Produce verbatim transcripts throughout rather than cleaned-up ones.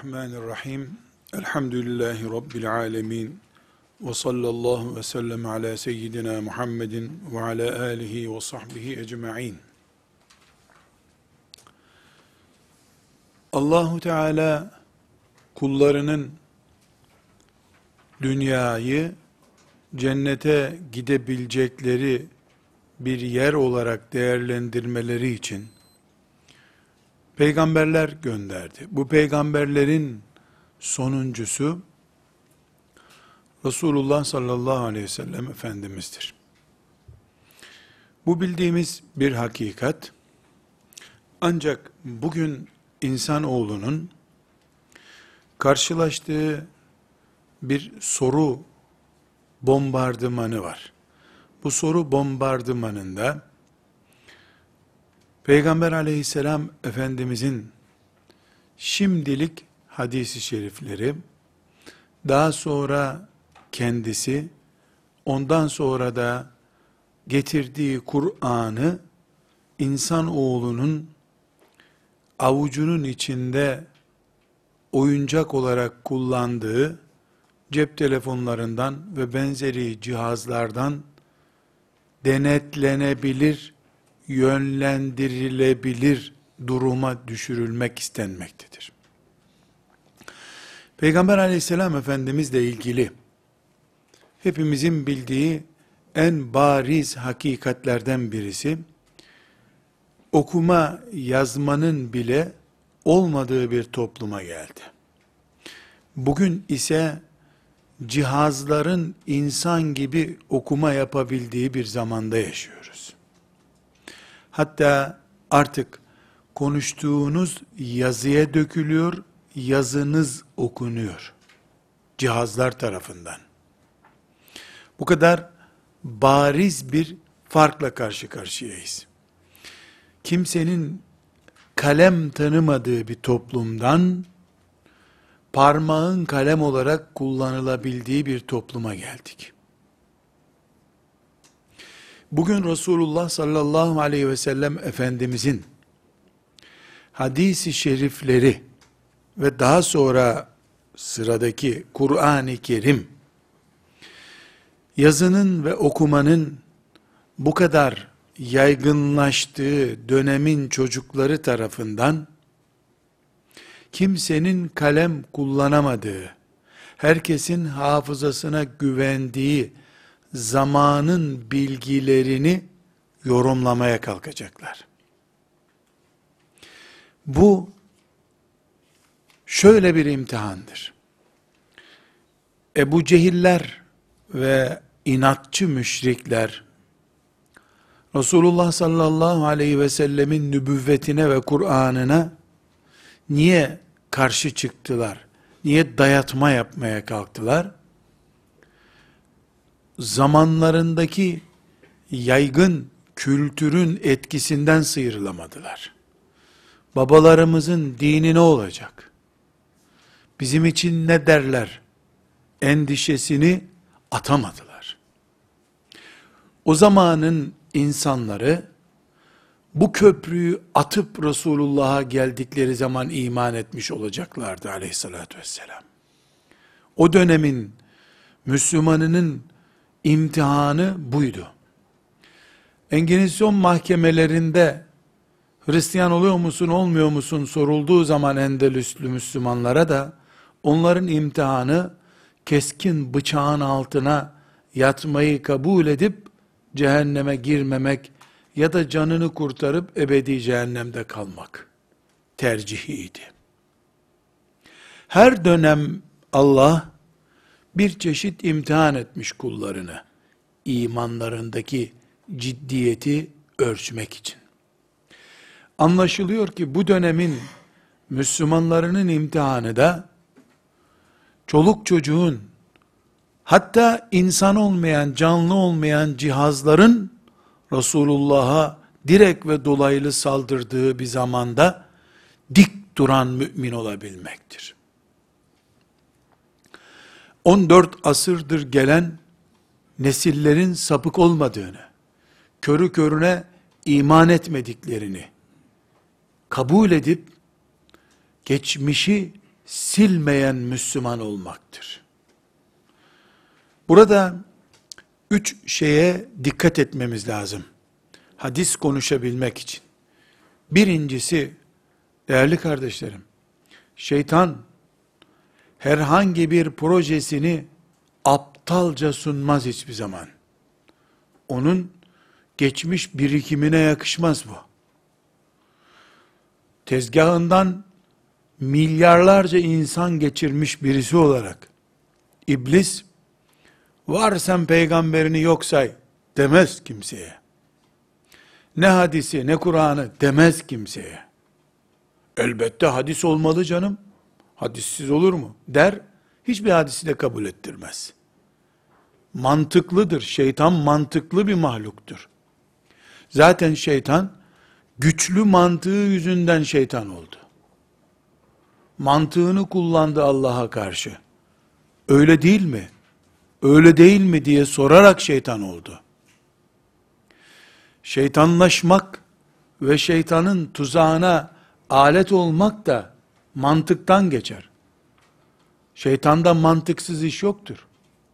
Bismillahirrahmanirrahim. Elhamdülillahi Rabbil alemin. Ve sallallahu ve sellem ala seyyidina Muhammedin ve ala alihi ve sahbihi ecma'in. Allahu Teala kullarının dünyayı cennete gidebilecekleri bir yer olarak değerlendirmeleri için peygamberler gönderdi. Bu peygamberlerin sonuncusu Resulullah sallallahu aleyhi ve sellem Efendimiz'dir. Bu bildiğimiz bir hakikat. Ancak bugün insanoğlunun karşılaştığı bir soru bombardımanı var. Bu soru bombardımanında Peygamber aleyhisselam Efendimizin şimdilik hadisi şerifleri, daha sonra kendisi, ondan sonra da getirdiği Kur'an'ı insanoğlunun avucunun içinde oyuncak olarak kullandığı cep telefonlarından ve benzeri cihazlardan denetlenebilir, yönlendirilebilir duruma düşürülmek istenmektedir. Peygamber aleyhisselam Efendimizle ilgili hepimizin bildiği en bariz hakikatlerden birisi, okuma yazmanın bile olmadığı bir topluma geldi. Bugün ise cihazların insan gibi okuma yapabildiği bir zamanda yaşıyoruz. Hatta artık konuştuğunuz yazıya dökülüyor, yazınız okunuyor cihazlar tarafından. Bu kadar bariz bir farkla karşı karşıyayız. Kimsenin kalem tanımadığı bir toplumdan parmağın kalem olarak kullanılabildiği bir topluma geldik. Bugün Resulullah sallallahu aleyhi ve sellem Efendimizin hadisi şerifleri ve daha sonra sıradaki Kur'an-ı Kerim, yazının ve okumanın bu kadar yaygınlaştığı dönemin çocukları tarafından, kimsenin kalem kullanamadığı, herkesin hafızasına güvendiği zamanın bilgilerini yorumlamaya kalkacaklar. Bu şöyle bir imtihandır. Ebu Cehiller ve inatçı müşrikler Resulullah sallallahu aleyhi ve sellemin nübüvvetine ve Kur'an'ına niye karşı çıktılar? Niye dayatma yapmaya kalktılar? Zamanlarındaki yaygın kültürün etkisinden sıyrılamadılar. Babalarımızın dini ne olacak? Bizim için ne derler? Endişesini atamadılar. O zamanın insanları bu köprüyü atıp Resulullah'a geldikleri zaman iman etmiş olacaklardı aleyhissalatü vesselam. O dönemin Müslümanının imtihanı buydu. Engizisyon mahkemelerinde Hristiyan oluyor musun, olmuyor musun sorulduğu zaman Endülüslü Müslümanlara da onların imtihanı keskin bıçağın altına yatmayı kabul edip cehenneme girmemek ya da canını kurtarıp ebedi cehennemde kalmak tercihiydi. Her dönem Allah bir çeşit imtihan etmiş kullarını, imanlarındaki ciddiyeti ölçmek için. Anlaşılıyor ki bu dönemin Müslümanlarının imtihanı da çoluk çocuğun, hatta insan olmayan, canlı olmayan cihazların Resulullah'a direkt ve dolaylı saldırdığı bir zamanda dik duran mümin olabilmektir. on dört asırdır gelen nesillerin sapık olmadığını, körü körüne iman etmediklerini kabul edip geçmişi silmeyen Müslüman olmaktır. Burada üç şeye dikkat etmemiz lazım. Hadis konuşabilmek için. Birincisi, değerli kardeşlerim, şeytan herhangi bir projesini aptalca sunmaz hiçbir zaman. Onun geçmiş birikimine yakışmaz bu. Tezgahından milyarlarca insan geçirmiş birisi olarak iblis, var sen peygamberini yok say demez kimseye. Ne hadisi ne Kur'an'ı demez kimseye. Elbette hadis olmalı canım. Hadissiz olur mu? Der, hiçbir hadisi de kabul ettirmez. Mantıklıdır. Şeytan mantıklı bir mahluktur. Zaten şeytan, güçlü mantığı yüzünden şeytan oldu. Mantığını kullandı Allah'a karşı. Öyle değil mi? Öyle değil mi diye sorarak şeytan oldu. Şeytanlaşmak ve şeytanın tuzağına alet olmak da mantıktan geçer. Şeytanda mantıksız iş yoktur.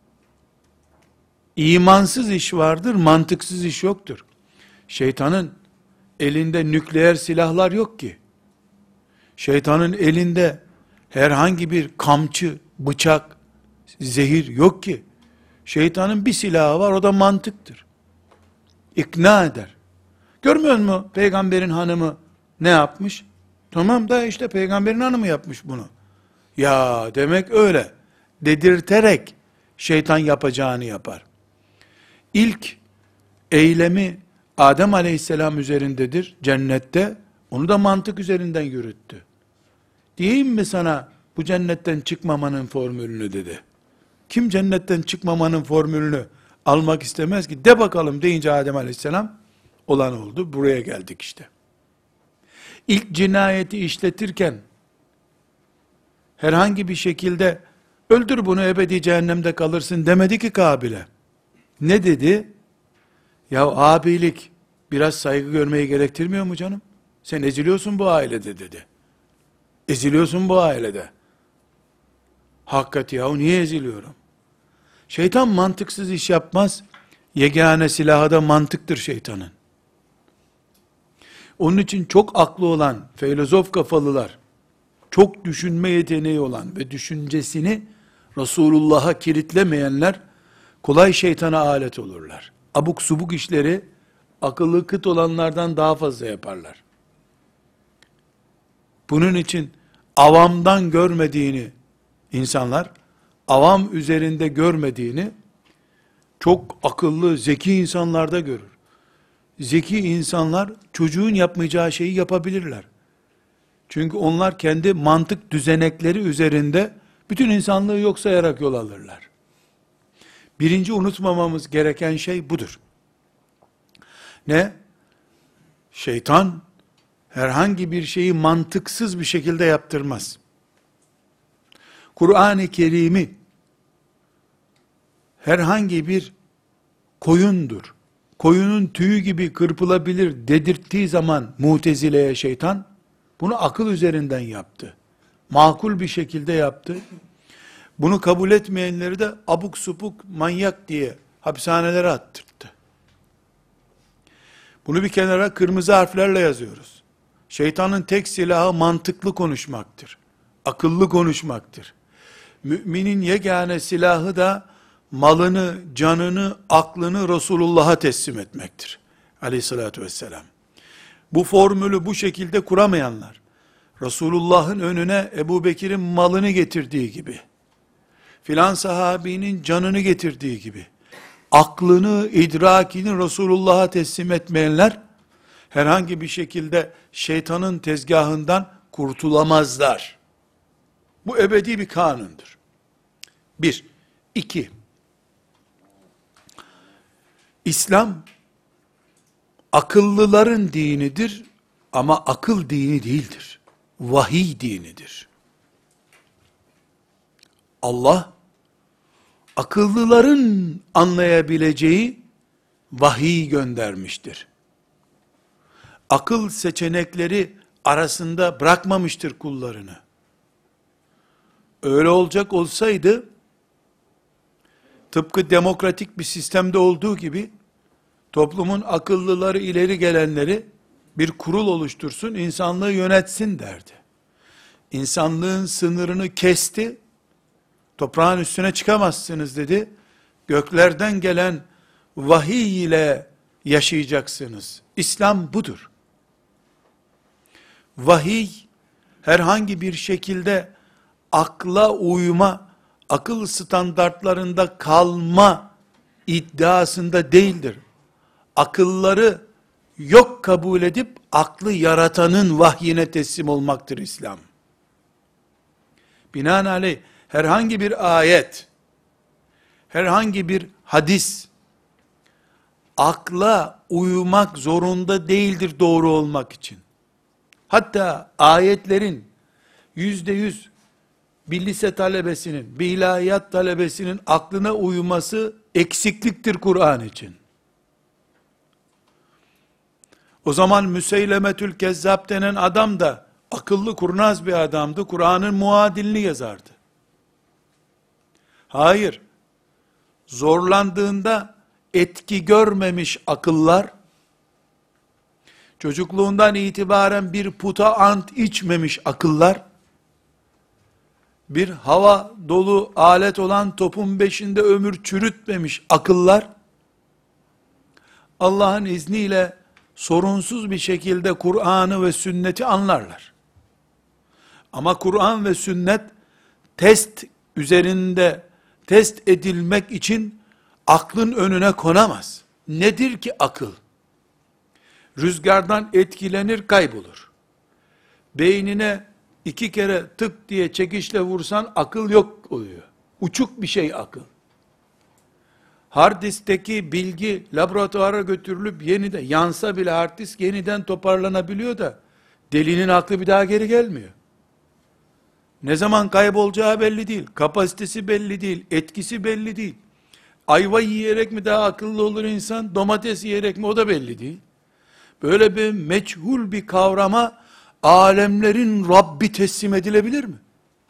İmansız iş vardır, mantıksız iş yoktur. Şeytanın elinde nükleer silahlar yok ki. Şeytanın elinde herhangi bir kamçı, bıçak, zehir yok ki. Şeytanın bir silahı var, o da mantıktır. İkna eder. Görmüyor musun peygamberin hanımı ne yapmış? Tamam da işte peygamberin hanımı yapmış bunu. Ya demek öyle dedirterek şeytan yapacağını yapar. İlk eylemi Adem aleyhisselam üzerindedir cennette. Onu da mantık üzerinden yürüttü. Diyeyim mi sana bu cennetten çıkmamanın formülünü dedi. Kim cennetten çıkmamanın formülünü almak istemez ki? De bakalım deyince Adem aleyhisselam olan oldu. Buraya geldik işte. İlk cinayeti işletirken herhangi bir şekilde öldür bunu ebedi cehennemde kalırsın demedi ki Kabil'e. Ne dedi? Ya abilik biraz saygı görmeyi gerektirmiyor mu canım? Sen eziliyorsun bu ailede dedi. Eziliyorsun bu ailede. Hakikaten yahu niye eziliyorum? Şeytan mantıksız iş yapmaz. Yegane silahı da mantıktır şeytanın. Onun için çok aklı olan, filozof kafalılar, çok düşünme yeteneği olan ve düşüncesini Resulullah'a kilitlemeyenler, kolay şeytana alet olurlar. Abuk subuk işleri, akıllı kıt olanlardan daha fazla yaparlar. Bunun için avamdan görmediğini insanlar, avam üzerinde görmediğini, çok akıllı, zeki insanlarda görür. Zeki insanlar, çocuğun yapmayacağı şeyi yapabilirler. Çünkü onlar kendi mantık düzenekleri üzerinde, bütün insanlığı yok sayarak yol alırlar. Birinci unutmamamız gereken şey budur. Ne? Şeytan, herhangi bir şeyi mantıksız bir şekilde yaptırmaz. Kur'an-ı Kerim'i herhangi bir koyundur, koyunun tüyü gibi kırpılabilir dedirttiği zaman Mutezile'ye şeytan, bunu akıl üzerinden yaptı. Makul bir şekilde yaptı. Bunu kabul etmeyenleri de abuk supuk manyak diye hapishanelere attırttı. Bunu bir kenara kırmızı harflerle yazıyoruz. Şeytanın tek silahı mantıklı konuşmaktır. Akıllı konuşmaktır. Müminin yegane silahı da malını, canını, aklını Resulullah'a teslim etmektir. Aleyhissalatü vesselam. Bu formülü bu şekilde kuramayanlar, Resulullah'ın önüne Ebu Bekir'in malını getirdiği gibi, filan sahabinin canını getirdiği gibi, aklını, idrakini Resulullah'a teslim etmeyenler, herhangi bir şekilde şeytanın tezgahından kurtulamazlar. Bu ebedi bir kanundur. Bir. İki. İslam, akıllıların dinidir ama akıl dini değildir. Vahiy dinidir. Allah, akıllıların anlayabileceği vahiy göndermiştir. Akıl seçenekleri arasında bırakmamıştır kullarını. Öyle olacak olsaydı, tıpkı demokratik bir sistemde olduğu gibi, toplumun akıllıları, ileri gelenleri bir kurul oluştursun, insanlığı yönetsin derdi. İnsanlığın sınırını kesti, toprağın üstüne çıkamazsınız dedi. Göklerden gelen vahiy ile yaşayacaksınız. İslam budur. Vahiy, herhangi bir şekilde akla uyma, akıl standartlarında kalma iddiasında değildir. Akılları yok kabul edip, aklı yaratanın vahyine teslim olmaktır İslam. Binaenaleyh, herhangi bir ayet, herhangi bir hadis, akla uymak zorunda değildir doğru olmak için. Hatta ayetlerin yüzde yüz bir lise talebesinin, bir ilahiyat talebesinin aklına uyması eksikliktir Kur'an için. O zaman Müseylemetül Kezzab denen adam da akıllı kurnaz bir adamdı. Kur'an'ın muadilini yazardı. Hayır. Zorlandığında etki görmemiş akıllar, çocukluğundan itibaren bir puta ant içmemiş akıllar, bir hava dolu alet olan topun beşinde ömür çürütmemiş akıllar, Allah'ın izniyle sorunsuz bir şekilde Kur'an'ı ve sünneti anlarlar. Ama Kur'an ve sünnet test üzerinde test edilmek için aklın önüne konamaz. Nedir ki akıl? Rüzgardan etkilenir, kaybolur. Beynine iki kere tık diye çekişle vursan akıl yok oluyor. Uçuk bir şey akıl. Hard diskteki bilgi laboratuvara götürülüp yeniden yansa bile hard disk yeniden toparlanabiliyor da delinin aklı bir daha geri gelmiyor. Ne zaman kaybolacağı belli değil. Kapasitesi belli değil. Etkisi belli değil. Ayva yiyerek mi daha akıllı olur insan? Domates yiyerek mi? O da belli değil. Böyle bir meçhul bir kavrama alemlerin Rabbi teslim edilebilir mi?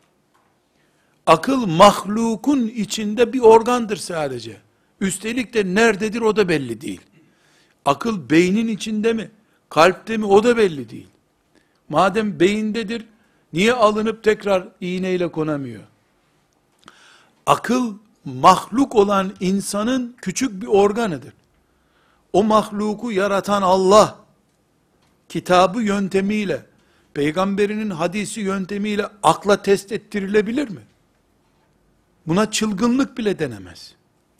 Akıl mahlukun içinde bir organdır sadece. Üstelik de nerededir o da belli değil. Akıl beynin içinde mi? Kalpte mi? O da belli değil. Madem beyindedir, niye alınıp tekrar iğneyle konamıyor? Akıl, mahluk olan insanın küçük bir organıdır. O mahluku yaratan Allah, kitabı yöntemiyle, peygamberinin hadisi yöntemiyle akla test ettirilebilir mi? Buna çılgınlık bile denemez.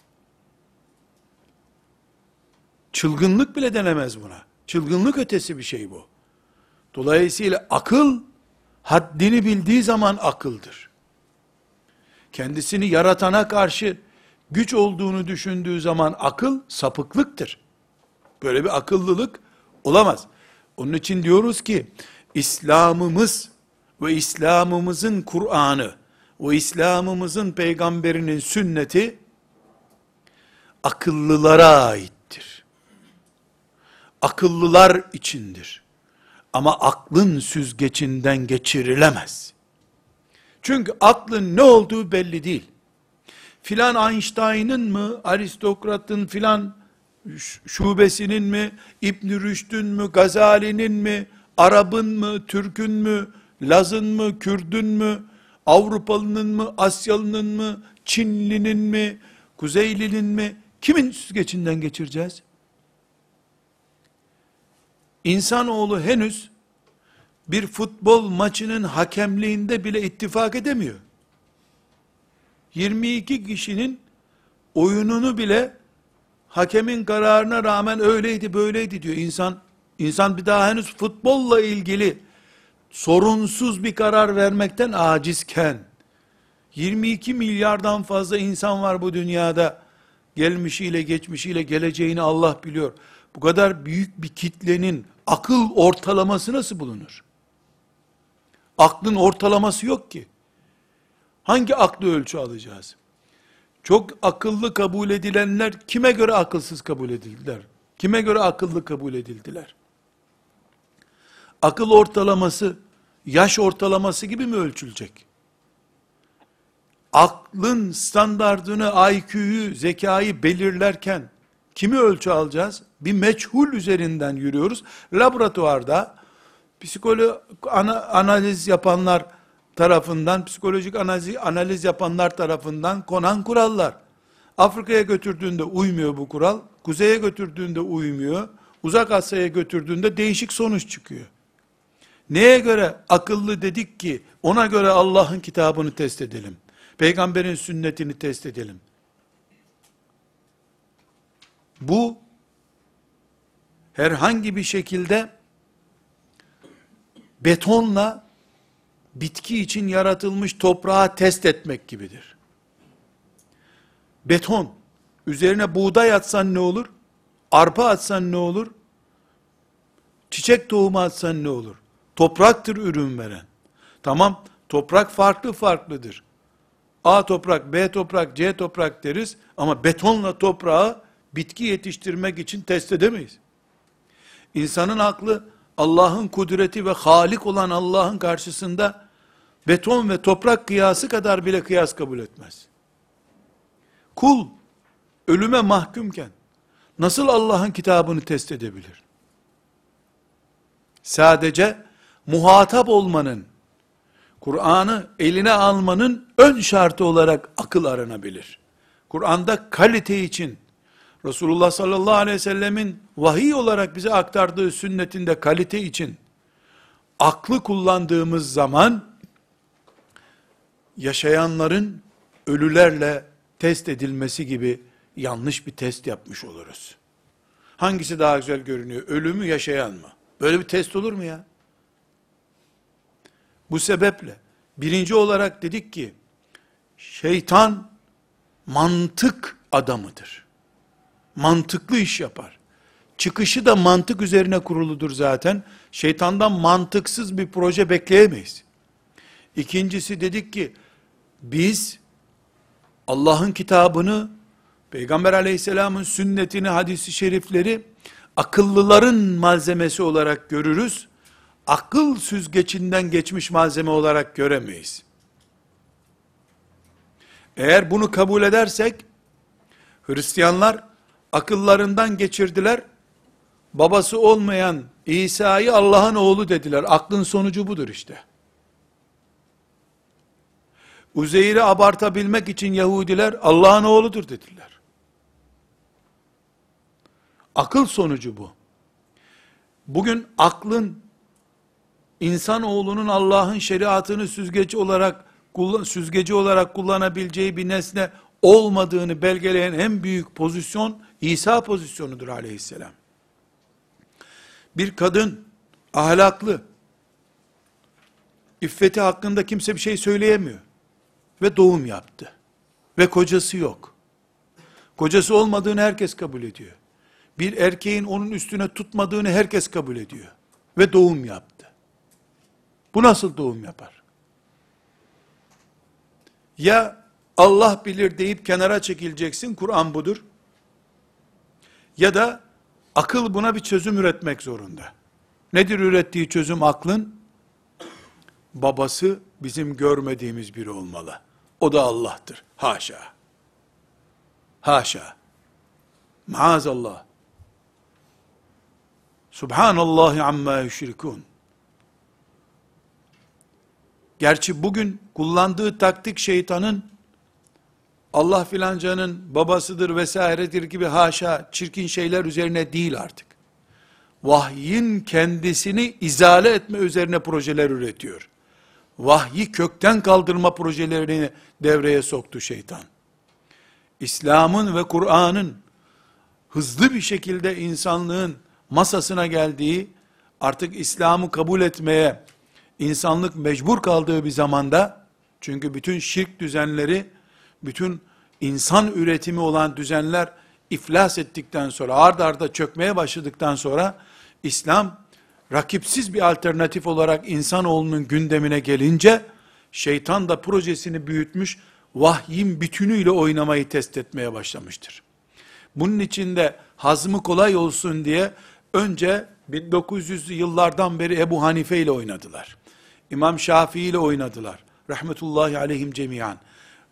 Çılgınlık bile denemez buna. Çılgınlık ötesi bir şey bu. Dolayısıyla akıl, haddini bildiği zaman akıldır. Kendisini yaratana karşı güç olduğunu düşündüğü zaman akıl sapıklıktır. Böyle bir akıllılık olamaz. Onun için diyoruz ki, İslam'ımız ve İslam'ımızın Kur'an'ı, o İslam'ımızın peygamberinin sünneti, akıllılara aittir. Akıllılar içindir. Ama aklın süzgecinden geçirilemez. Çünkü aklın ne olduğu belli değil. Filan Einstein'ın mı, aristokratın filan şubesinin mi, İbn Rüşd'ün mü, Gazali'nin mi, Arap'ın mı, Türk'ün mü, Laz'ın mı, Kürd'ün mü, Avrupalı'nın mı, Asyalı'nın mı, Çinli'nin mi, Kuzeyli'nin mi, kimin süzgecinden geçireceğiz? İnsanoğlu henüz bir futbol maçının hakemliğinde bile ittifak edemiyor. yirmi iki kişinin oyununu bile hakemin kararına rağmen öyleydi böyleydi diyor. İnsan, insan bir daha henüz futbolla ilgili sorunsuz bir karar vermekten acizken, yirmi iki milyardan fazla insan var bu dünyada, gelmişiyle geçmişiyle geleceğini Allah biliyor. Bu kadar büyük bir kitlenin akıl ortalaması nasıl bulunur? Aklın ortalaması yok ki. Hangi aklı ölçü alacağız? Çok akıllı kabul edilenler kime göre akılsız kabul edildiler? Kime göre akıllı kabul edildiler? Akıl ortalaması, yaş ortalaması gibi mi ölçülecek? aklın standardını, I Q'yu, zekayı belirlerken kimi ölçü alacağız? Bir meçhul üzerinden yürüyoruz. Laboratuvarda psikolo ana, analiz yapanlar tarafından, psikolojik analiz, analiz yapanlar tarafından konan kurallar. Afrika'ya götürdüğünde uymuyor bu kural. Kuzey'e götürdüğünde uymuyor. Uzak Asya'ya götürdüğünde değişik sonuç çıkıyor. Neye göre akıllı dedik ki ona göre Allah'ın kitabını test edelim. Peygamberin sünnetini test edelim. Bu herhangi bir şekilde betonla bitki için yaratılmış toprağı test etmek gibidir. Beton, üzerine buğday atsan ne olur? Arpa atsan ne olur? Çiçek tohumu atsan ne olur? Topraktır ürün veren. Tamam, toprak farklı farklıdır. A toprak, B toprak, C toprak deriz ama betonla toprağı bitki yetiştirmek için test edemeyiz. İnsanın aklı Allah'ın kudreti ve Halik olan Allah'ın karşısında beton ve toprak kıyası kadar bile kıyas kabul etmez. Kul ölüme mahkumken nasıl Allah'ın kitabını test edebilir? Sadece muhatap olmanın, Kur'an'ı eline almanın ön şartı olarak akıl aranabilir. Kur'an'da kalite için, Resulullah sallallahu aleyhi ve sellemin vahiy olarak bize aktardığı sünnetinde kalite için, aklı kullandığımız zaman, yaşayanların ölülerle test edilmesi gibi yanlış bir test yapmış oluruz. Hangisi daha güzel görünüyor? Ölü mü, yaşayan mı? Böyle bir test olur mu ya? Bu sebeple birinci olarak dedik ki şeytan mantık adamıdır. Mantıklı iş yapar. Çıkışı da mantık üzerine kuruludur zaten. Şeytandan mantıksız bir proje bekleyemeyiz. İkincisi dedik ki biz Allah'ın kitabını, Peygamber aleyhisselamın sünnetini, hadisi şerifleri akıllıların malzemesi olarak görürüz. Akıl süzgecinden geçmiş malzeme olarak göremeyiz. Eğer bunu kabul edersek, Hristiyanlar akıllarından geçirdiler, babası olmayan İsa'yı Allah'ın oğlu dediler. Aklın sonucu budur işte. Uzeyr'i abartabilmek için Yahudiler Allah'ın oğludur dediler. Akıl sonucu bu. Bugün aklın insanoğlunun Allah'ın şeriatını süzgeci olarak süzgeci olarak kullanabileceği bir nesne olmadığını belgeleyen en büyük pozisyon İsa pozisyonudur aleyhisselam. Bir kadın ahlaklı, iffeti hakkında kimse bir şey söyleyemiyor ve doğum yaptı ve kocası yok. Kocası olmadığını herkes kabul ediyor. Bir erkeğin onun üstüne tutmadığını herkes kabul ediyor ve doğum yaptı. Bu nasıl doğum yapar? Ya Allah bilir deyip kenara çekileceksin, Kur'an budur. Ya da akıl buna bir çözüm üretmek zorunda. Nedir ürettiği çözüm aklın? Babası bizim görmediğimiz biri olmalı. O da Allah'tır. Haşa. Haşa. Maazallah. Subhanallahi amma yüşrikûn. Gerçi bugün kullandığı taktik şeytanın Allah filancanın babasıdır vesairedir gibi haşa çirkin şeyler üzerine değil artık. Vahyin kendisini izale etme üzerine projeler üretiyor. Vahyi kökten kaldırma projelerini devreye soktu şeytan. İslam'ın ve Kur'an'ın hızlı bir şekilde insanlığın masasına geldiği, artık İslam'ı kabul etmeye insanlık mecbur kaldığı bir zamanda, çünkü bütün şirk düzenleri, bütün insan üretimi olan düzenler iflas ettikten sonra, ard arda çökmeye başladıktan sonra, İslam rakipsiz bir alternatif olarak insanoğlunun gündemine gelince, şeytan da projesini büyütmüş, vahyin bütünüyle oynamayı test etmeye başlamıştır. Bunun içinde hazmı kolay olsun diye, önce bin dokuz yüzlü yıllardan beri Ebu Hanife ile oynadılar. İmam Şafii ile oynadılar. Rahmetullahi aleyhim cemiyan.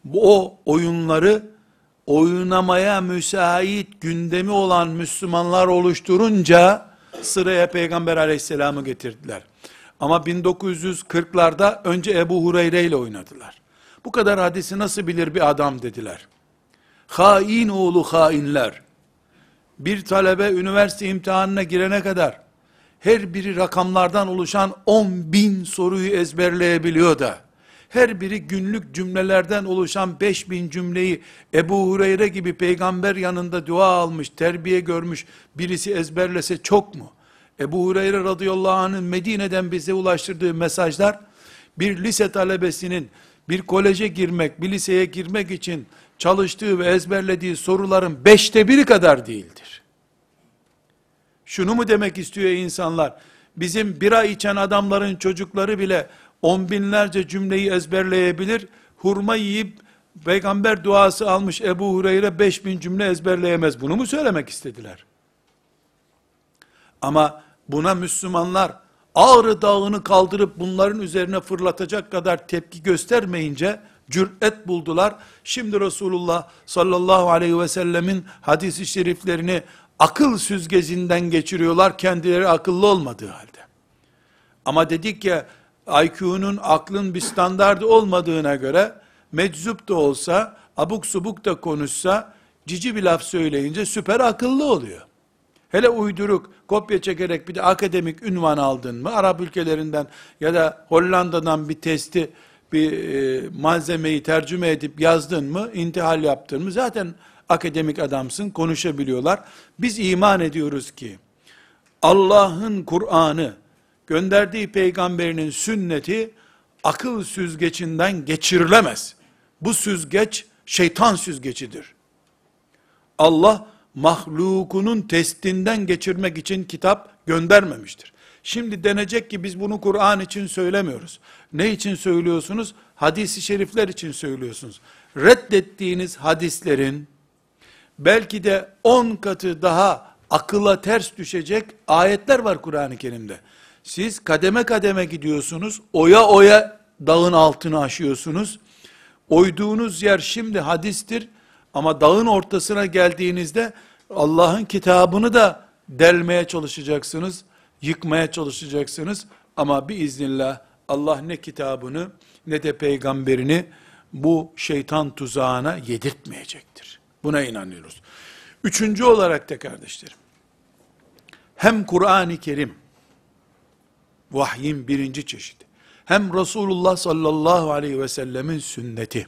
Bu o oyunları oynamaya müsait gündemi olan Müslümanlar oluşturunca sıraya Peygamber aleyhisselamı getirdiler. Ama bin dokuz yüz kırklarda önce Ebu Hureyre ile oynadılar. Bu kadar hadisi nasıl bilir bir adam dediler. Hain oğlu hainler. Bir talebe üniversite imtihanına girene kadar her biri rakamlardan oluşan on bin soruyu ezberleyebiliyor da, her biri günlük cümlelerden oluşan beş bin cümleyi Ebu Hureyre gibi peygamber yanında dua almış, terbiye görmüş birisi ezberlese çok mu? Ebu Hureyre radıyallahu anh'ın Medine'den bize ulaştırdığı mesajlar, bir lise talebesinin bir koleje girmek, bir liseye girmek için çalıştığı ve ezberlediği soruların beşte biri kadar değildir. Şunu mu demek istiyor insanlar? Bizim bira içen adamların çocukları bile on binlerce cümleyi ezberleyebilir. Hurma yiyip peygamber duası almış Ebu Hureyre beş bin cümle ezberleyemez. Bunu mu söylemek istediler? Ama buna Müslümanlar Ağrı Dağı'nı kaldırıp bunların üzerine fırlatacak kadar tepki göstermeyince cüret buldular. Şimdi Resulullah sallallahu aleyhi ve sellemin hadis-i şeriflerini akıl süzgecinden geçiriyorlar, kendileri akıllı olmadığı halde. Ama dedik ya, I Q'nun, aklın bir standardı olmadığına göre, meczup da olsa, abuk subuk da konuşsa, cici bir laf söyleyince süper akıllı oluyor. Hele uyduruk, kopya çekerek bir de akademik ünvan aldın mı, Arap ülkelerinden ya da Hollanda'dan bir testi, bir e, malzemeyi tercüme edip yazdın mı, intihal yaptın mı, zaten akademik adamsın, konuşabiliyorlar. Biz iman ediyoruz ki, Allah'ın Kur'an'ı, gönderdiği peygamberinin sünneti, akıl süzgecinden geçirilemez. Bu süzgeç, şeytan süzgecidir. Allah, mahlukunun testinden geçirmek için kitap göndermemiştir. Şimdi denecek ki biz bunu Kur'an için söylemiyoruz. Ne için söylüyorsunuz? Hadis-i şerifler için söylüyorsunuz. Reddettiğiniz hadislerin belki de on katı daha akıla ters düşecek ayetler var Kur'an-ı Kerim'de. Siz kademe kademe gidiyorsunuz, oya oya dağın altını aşıyorsunuz. Oyduğunuz yer şimdi hadistir ama dağın ortasına geldiğinizde Allah'ın kitabını da delmeye çalışacaksınız, yıkmaya çalışacaksınız. Ama biiznillah Allah ne kitabını ne de peygamberini bu şeytan tuzağına yedirtmeyecektir. Buna inanıyoruz. Üçüncü olarak da kardeşlerim, hem Kur'an-ı Kerim, vahyin birinci çeşidi, hem Resulullah sallallahu aleyhi ve sellemin sünneti,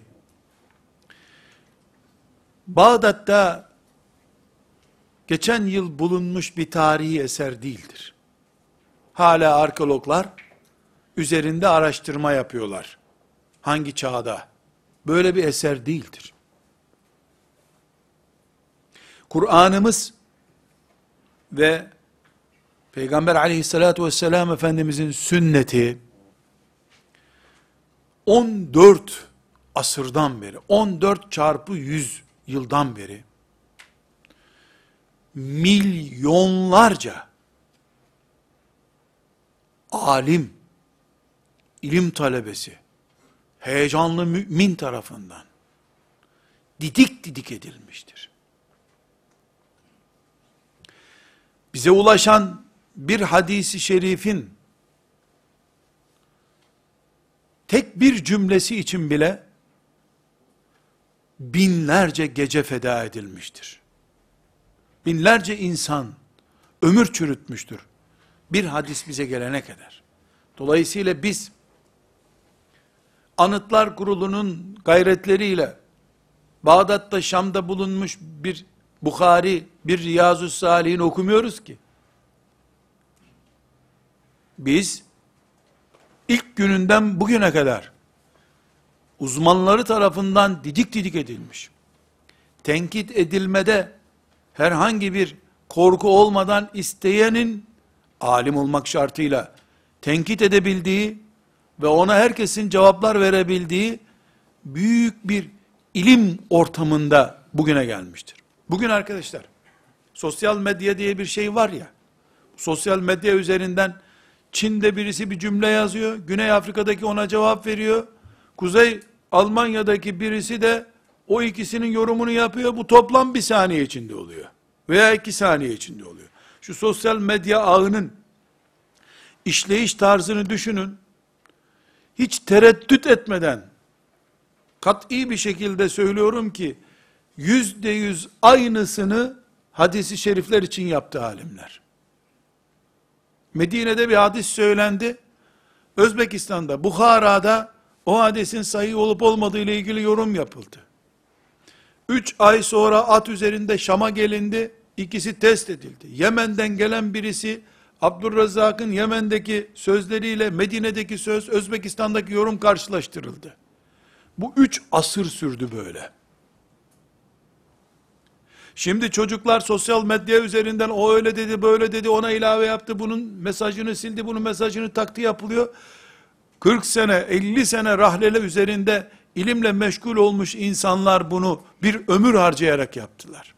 Bağdat'ta geçen yıl bulunmuş bir tarihi eser değildir. Hala arkeologlar üzerinde araştırma yapıyorlar. Hangi çağda? Böyle bir eser değildir. Kur'an'ımız ve Peygamber aleyhissalatü vesselam Efendimizin sünneti on dört asırdan beri, on dört çarpı yüz yıldan beri milyonlarca alim, ilim talebesi, heyecanlı mümin tarafından didik didik edilmiştir. Bize ulaşan bir hadisi şerifin tek bir cümlesi için bile binlerce gece feda edilmiştir. Binlerce insan ömür çürütmüştür. Bir hadis bize gelene kadar. Dolayısıyla biz Anıtlar Kurulu'nun gayretleriyle Bağdat'ta, Şam'da bulunmuş bir Bukhari, bir Riyazu Salihin okumuyoruz ki. Biz ilk gününden bugüne kadar uzmanları tarafından didik didik edilmiş, tenkit edilmede herhangi bir korku olmadan isteyenin alim olmak şartıyla tenkit edebildiği ve ona herkesin cevaplar verebildiği büyük bir ilim ortamında bugüne gelmiştir. Bugün arkadaşlar, sosyal medya diye bir şey var ya, sosyal medya üzerinden Çin'de birisi bir cümle yazıyor, Güney Afrika'daki ona cevap veriyor, Kuzey Almanya'daki birisi de o ikisinin yorumunu yapıyor. Bu toplam bir saniye içinde oluyor. Veya iki saniye içinde oluyor. Şu sosyal medya ağının işleyiş tarzını düşünün. Hiç tereddüt etmeden, kat'i bir şekilde söylüyorum ki, yüzde yüz aynısını hadis-i şerifler için yaptı alimler. Medine'de bir hadis söylendi. Özbekistan'da, Bukhara'da o hadisin sahih olup olmadığı ile ilgili yorum yapıldı. Üç ay sonra at üzerinde Şam'a gelindi. İkisi test edildi. Yemen'den gelen birisi Abdurrezzak'ın Yemen'deki sözleriyle Medine'deki söz, Özbekistan'daki yorum karşılaştırıldı. Bu üç asır sürdü böyle. Şimdi çocuklar sosyal medya üzerinden o öyle dedi, böyle dedi, ona ilave yaptı, bunun mesajını sildi, bunun mesajını taktı yapılıyor. kırk sene, elli sene rahlele üzerinde ilimle meşgul olmuş insanlar bunu bir ömür harcayarak yaptılar.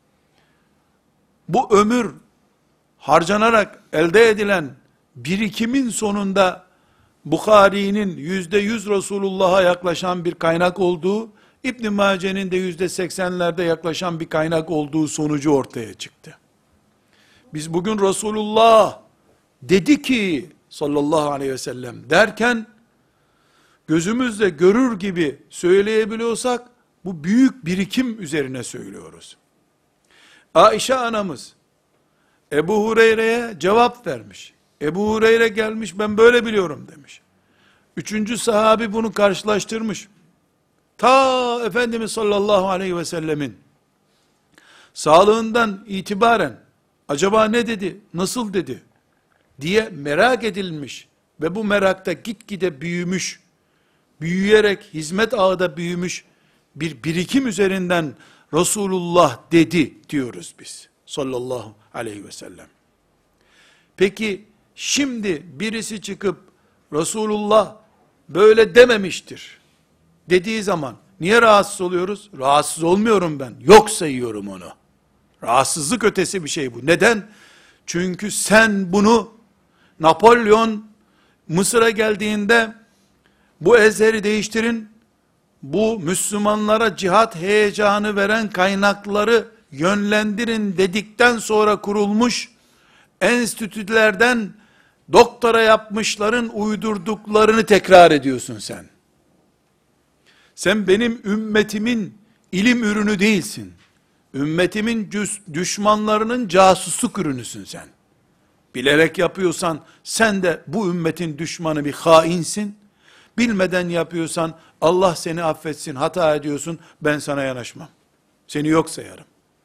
Bu ömür harcanarak elde edilen birikimin sonunda Bukhari'nin yüzde yüz Resulullah'a yaklaşan bir kaynak olduğu, İbn Mace'nin de yüzde seksenlerde yaklaşan bir kaynak olduğu sonucu ortaya çıktı. Biz bugün Resulullah dedi ki sallallahu aleyhi ve sellem derken, gözümüzle görür gibi söyleyebiliyorsak, bu büyük birikim üzerine söylüyoruz. Ayşe anamız, Ebu Hureyre'ye cevap vermiş. Ebu Hureyre gelmiş, ben böyle biliyorum demiş. Üçüncü sahabi bunu karşılaştırmış. Ta Efendimiz sallallahu aleyhi ve sellemin sağlığından itibaren, acaba ne dedi, nasıl dedi diye merak edilmiş ve bu merakta gitgide büyümüş, büyüyerek hizmet ağında büyümüş bir birikim üzerinden Resulullah dedi diyoruz biz sallallahu aleyhi ve sellem. Peki şimdi birisi çıkıp Resulullah böyle dememiştir dediği zaman niye rahatsız oluyoruz? Rahatsız olmuyorum ben. Yok sayıyorum onu. Rahatsızlık ötesi bir şey bu. Neden? Çünkü sen bunu, Napolyon Mısır'a geldiğinde bu ezheri değiştirin, bu Müslümanlara cihat heyecanı veren kaynakları yönlendirin dedikten sonra kurulmuş enstitülerden doktora yapmışların uydurduklarını tekrar ediyorsun sen. Sen benim ümmetimin ilim ürünü değilsin. Ümmetimin düşmanlarının casusluk ürünüsün sen. Bilerek yapıyorsan sen de bu ümmetin düşmanı bir hainsin. Bilmeden yapıyorsan Allah seni affetsin, hata ediyorsun, ben sana yanaşmam. Seni yok sayarım.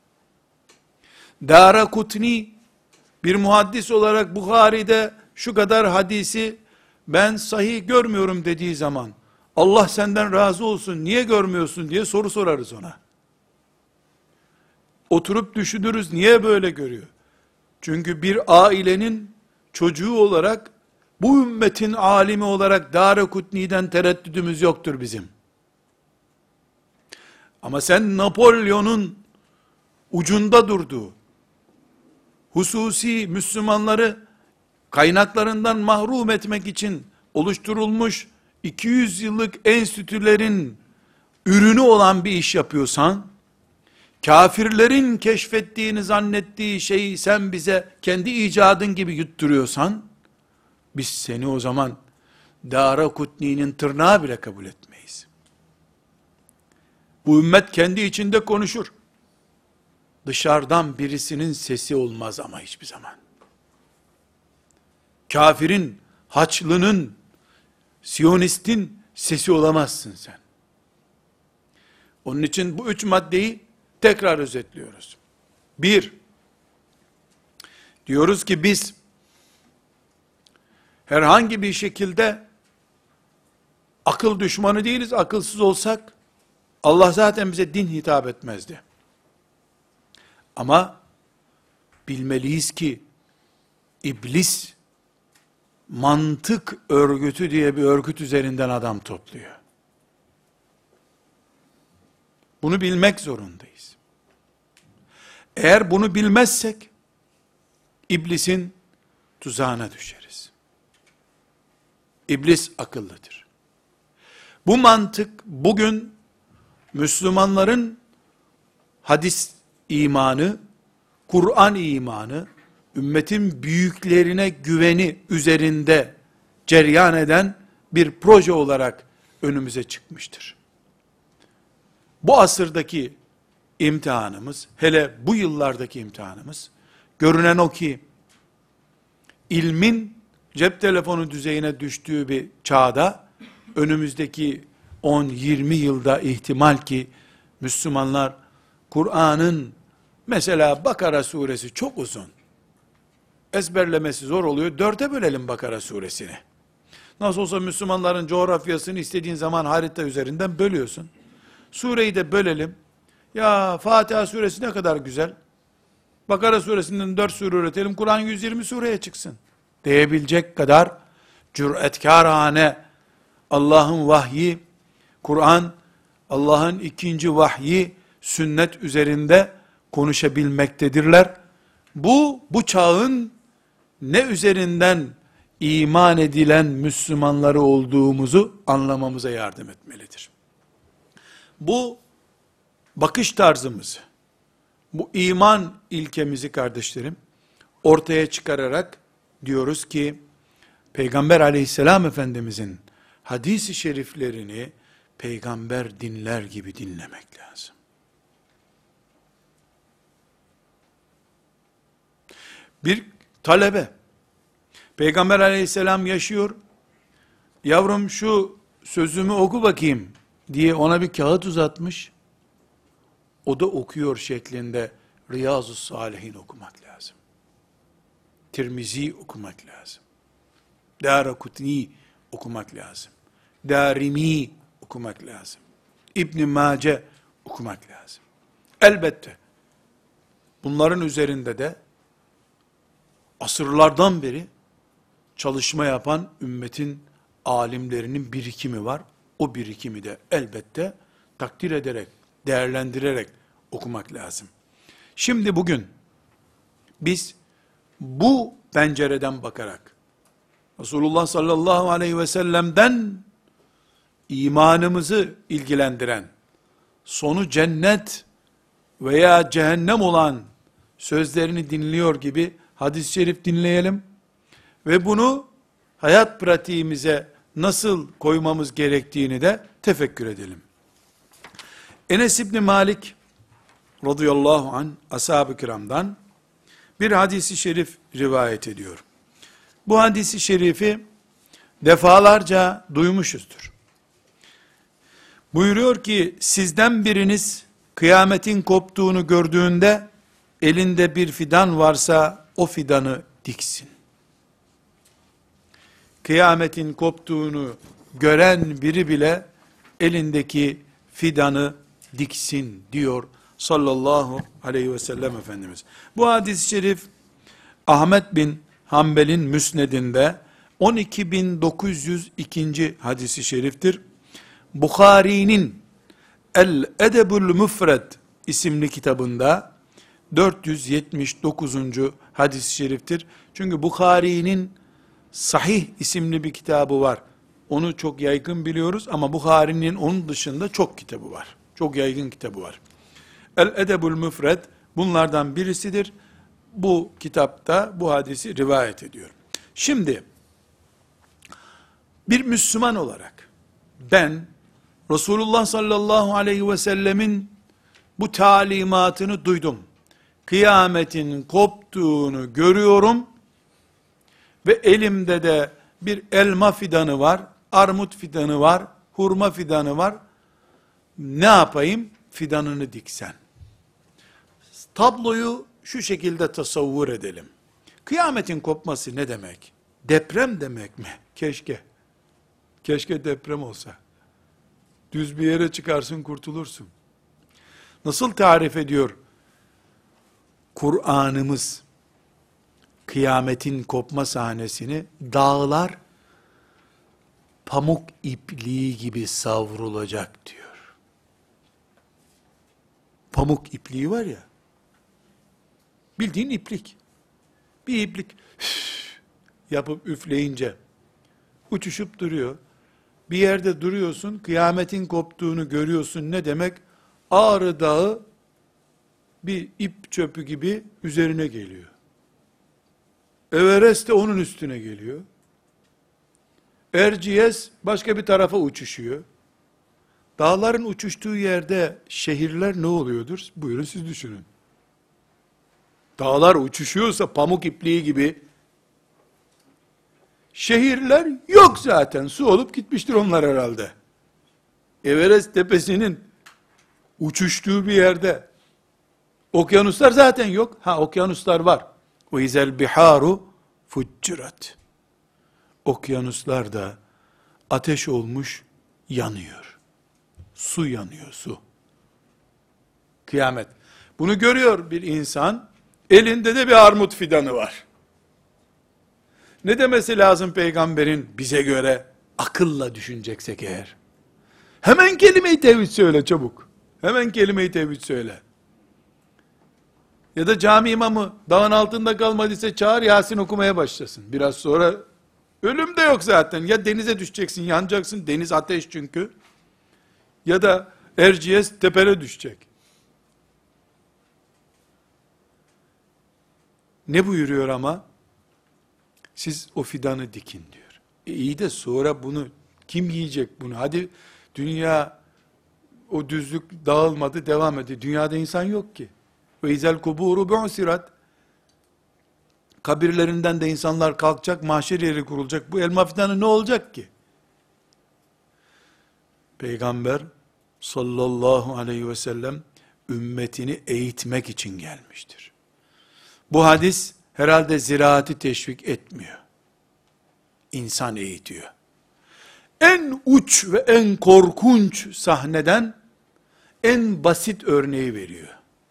Darakutni bir muhaddis olarak Bukhari'de şu kadar hadisi ben sahih görmüyorum dediği zaman Allah senden razı olsun, niye görmüyorsun diye soru sorarız ona. Oturup düşünürüz, niye böyle görüyor? Çünkü bir ailenin çocuğu olarak, bu ümmetin alimi olarak Darakutni'den tereddüdümüz yoktur bizim. Ama sen Napolyon'un ucunda durduğu, hususi Müslümanları kaynaklarından mahrum etmek için oluşturulmuş iki yüz yıllık enstitülerin ürünü olan bir iş yapıyorsan, kafirlerin keşfettiğini zannettiği şeyi sen bize kendi icadın gibi yutturuyorsan, biz seni o zaman Darakutni'nin tırnağı bile kabul etmeyiz. Bu ümmet kendi içinde konuşur. Dışarıdan birisinin sesi olmaz ama hiçbir zaman. Kafirin, Haçlı'nın, Siyonistin sesi olamazsın sen. Onun için bu üç maddeyi tekrar özetliyoruz. Bir, diyoruz ki biz herhangi bir şekilde akıl düşmanı değiliz. Akılsız olsak Allah zaten bize din hitap etmezdi. Ama bilmeliyiz ki iblis mantık örgütü diye bir örgüt üzerinden adam topluyor. Bunu bilmek zorundayız. Eğer bunu bilmezsek iblisin tuzağına düşeriz. İblis akıllıdır. Bu mantık bugün Müslümanların hadis imanı, Kur'an imanı, ümmetin büyüklerine güveni üzerinde cereyan eden bir proje olarak önümüze çıkmıştır. Bu asırdaki imtihanımız, hele bu yıllardaki imtihanımız, görünen o ki, ilmin cep telefonu düzeyine düştüğü bir çağda, önümüzdeki on yirmi yılda ihtimal ki, Müslümanlar, Kur'an'ın, mesela Bakara suresi çok uzun, ezberlemesi zor oluyor, dörde bölelim Bakara suresini. Nasıl olsa Müslümanların coğrafyasını istediğin zaman harita üzerinden bölüyorsun. Sureyi de bölelim. Ya Fatiha suresi ne kadar güzel. Bakara suresinden dört sure üretelim. Kur'an yüz yirmi sureye çıksın. Diyebilecek kadar cüretkârane Allah'ın vahyi, Kur'an, Allah'ın ikinci vahyi, sünnet üzerinde konuşabilmektedirler. Bu, bu çağın ne üzerinden iman edilen Müslümanları olduğumuzu anlamamıza yardım etmelidir. Bu bakış tarzımızı, bu iman ilkemizi kardeşlerim, ortaya çıkararak diyoruz ki, Peygamber aleyhisselam Efendimizin hadis-i şeriflerini peygamber dinler gibi dinlemek lazım. Bir talebe, Peygamber aleyhisselam yaşıyor, yavrum şu sözümü oku bakayım diye ona bir kağıt uzatmış, o da okuyor şeklinde Riyazu Salihin okumak lazım. Tirmizi okumak lazım. Darakutni okumak lazım. Darimi okumak lazım. İbn Mace okumak lazım. Elbette bunların üzerinde de asırlardan beri çalışma yapan ümmetin alimlerinin birikimi var. O birikimi de elbette takdir ederek, değerlendirerek okumak lazım. Şimdi bugün biz bu pencereden bakarak Resulullah sallallahu aleyhi ve sellem'den imanımızı ilgilendiren, sonu cennet veya cehennem olan sözlerini dinliyor gibi hadis-i şerif dinleyelim ve bunu hayat pratiğimize nasıl koymamız gerektiğini de tefekkür edelim. Enes İbni Malik radıyallahu anh ashab-ı kiramdan bir hadisi şerif rivayet ediyor. Bu hadisi şerifi defalarca duymuşuzdur. Buyuruyor ki, sizden biriniz kıyametin koptuğunu gördüğünde elinde bir fidan varsa o fidanı diksin. Kıyametin koptuğunu gören biri bile elindeki fidanı diksin diyor sallallahu aleyhi ve sellem Efendimiz. Bu hadis-i şerif Ahmet bin Hanbel'in müsnedinde on iki bin dokuz yüz iki. hadisi şeriftir. Bukhari'nin El-Edebul Müfred isimli kitabında dört yüz yetmiş dokuzuncu hadis-i şeriftir. Çünkü Bukhari'nin Sahih isimli bir kitabı var. Onu çok yaygın biliyoruz ama Bukhari'nin onun dışında çok kitabı var. Çok yaygın kitabı var. El-Edebul Müfred bunlardan birisidir. Bu kitapta bu hadisi rivayet ediyor. Şimdi bir Müslüman olarak ben Resulullah sallallahu aleyhi ve sellemin bu talimatını duydum. Kıyametin koptuğunu görüyorum ve elimde de bir elma fidanı var, armut fidanı var, hurma fidanı var. Ne yapayım? Fidanını diksen. Tabloyu şu şekilde tasavvur edelim. Kıyametin kopması ne demek? Deprem demek mi? Keşke. Keşke deprem olsa. Düz bir yere çıkarsın kurtulursun. Nasıl tarif ediyor Kur'an'ımız kıyametin kopma sahnesini? Dağlar pamuk ipliği gibi savrulacak diyor. Pamuk ipliği var ya, bildiğin iplik. Bir iplik üf, yapıp üfleyince uçuşup duruyor. Bir yerde duruyorsun, kıyametin koptuğunu görüyorsun. Ne demek? Ağrı Dağı bir ip çöpü gibi üzerine geliyor. Everest de onun üstüne geliyor. Erciyes başka bir tarafa uçuşuyor. Dağların uçuştuğu yerde şehirler ne oluyordur? Buyurun siz düşünün. Dağlar uçuşuyorsa pamuk ipliği gibi, şehirler yok zaten. Su olup gitmiştir onlar herhalde. Everest tepesinin uçuştuğu bir yerde okyanuslar zaten yok. Ha, okyanuslar var. O izel biharu fuccirat. Okyanuslar da ateş olmuş, yanıyor. Su yanıyor, su. Kıyamet. Bunu görüyor bir insan, elinde de bir armut fidanı var. Ne demesi lazım peygamberin bize göre, akılla düşüneceksek eğer? Hemen kelime-i tevhid söyle çabuk. Hemen kelime-i tevhid söyle. Ya da cami imamı dağın altında kalmadıysa çağır Yasin okumaya başlasın. Biraz sonra ölüm de yok zaten. Ya denize düşeceksin, yanacaksın. Deniz ateş çünkü. Ya da Erciyes tepene düşecek. Ne buyuruyor ama? Siz o fidanı dikin diyor. E iyi de sonra bunu kim yiyecek bunu? Hadi dünya o düzlük dağılmadı, devam ediyor. Dünyada insan yok ki. Ve izel kuburu bu'sirat. Kabirlerinden de insanlar kalkacak, mahşer yeri kurulacak. Bu elma fidanı ne olacak ki? Peygamber sallallahu aleyhi ve sellem ümmetini eğitmek için gelmiştir. Bu hadis herhalde ziraati teşvik etmiyor. İnsan eğitiyor. En uç ve en korkunç sahneden en basit örneği veriyor.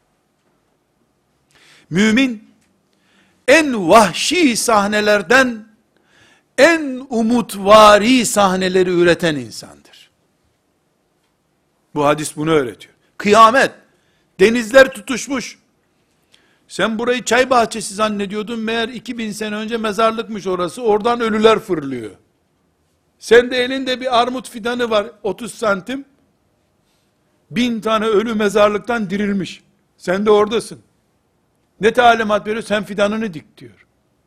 Mümin, en vahşi sahnelerden en umutvari sahneleri üreten insandır. Bu hadis bunu öğretiyor. Kıyamet, denizler tutuşmuş. Sen burayı çay bahçesi zannediyordun, meğer iki bin sene önce mezarlıkmış orası, oradan ölüler fırlıyor. Sen de elinde bir armut fidanı var, otuz santim, bin tane ölü mezarlıktan dirilmiş. Sen de oradasın. Ne talimat veriyor? Sen fidanını dik diyor.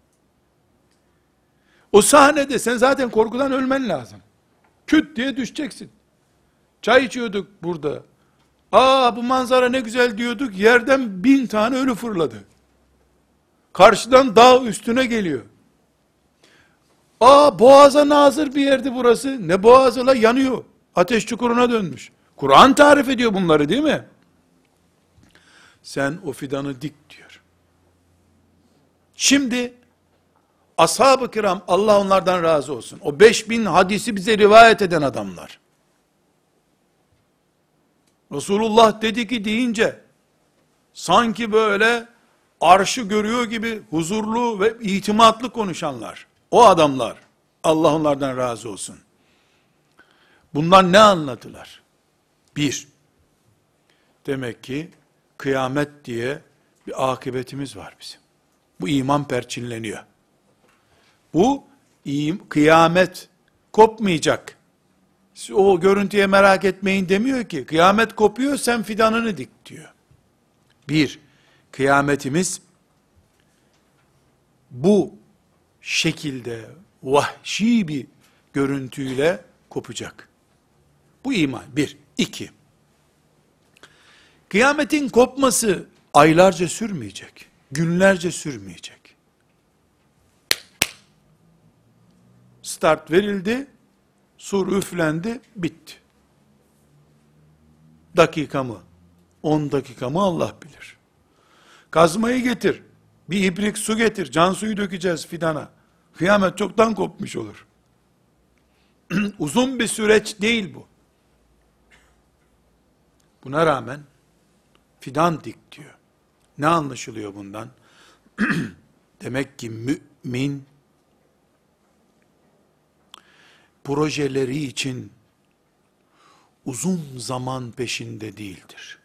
O sahnede sen zaten korkudan ölmen lazım. Küt diye düşeceksin. Çay içiyorduk burada. Aa bu manzara ne güzel diyorduk. Yerden bin tane ölü fırladı. Karşıdan dağ üstüne geliyor. Aa boğaza nazır bir yerdi burası. Ne boğazı la, yanıyor. Ateş çukuruna dönmüş. Kur'an tarif ediyor bunları değil mi? Sen o fidanı dik diyor. Şimdi ashab-ı kiram, Allah onlardan razı olsun, o beş bin hadisi bize rivayet eden adamlar, Resulullah dedi ki deyince sanki böyle arşı görüyor gibi huzurlu ve itimatlı konuşanlar, o adamlar, Allah onlardan razı olsun. Bundan ne anladılar? Bir, demek ki kıyamet diye bir akıbetimiz var bizim. Bu iman perçinleniyor. Bu kıyamet kopmayacak. Siz o görüntüye merak etmeyin demiyor ki. Kıyamet kopuyor, sen fidanını dik diyor. Bir, kıyametimiz bu şekilde vahşi bir görüntüyle kopacak. Bu iman. Bir. İki. Kıyametin kopması aylarca sürmeyecek. Günlerce sürmeyecek. Start verildi, sur üflendi, bitti. Dakika mı? On dakika mı Allah bilir. Kazmayı getir, bir ibrik su getir, can suyu dökeceğiz fidana. Kıyamet çoktan kopmuş olur. Uzun bir süreç değil bu. Buna rağmen fidan dik diyor. Ne anlaşılıyor bundan? Demek ki mümin projeleri için uzun zaman peşinde değildir.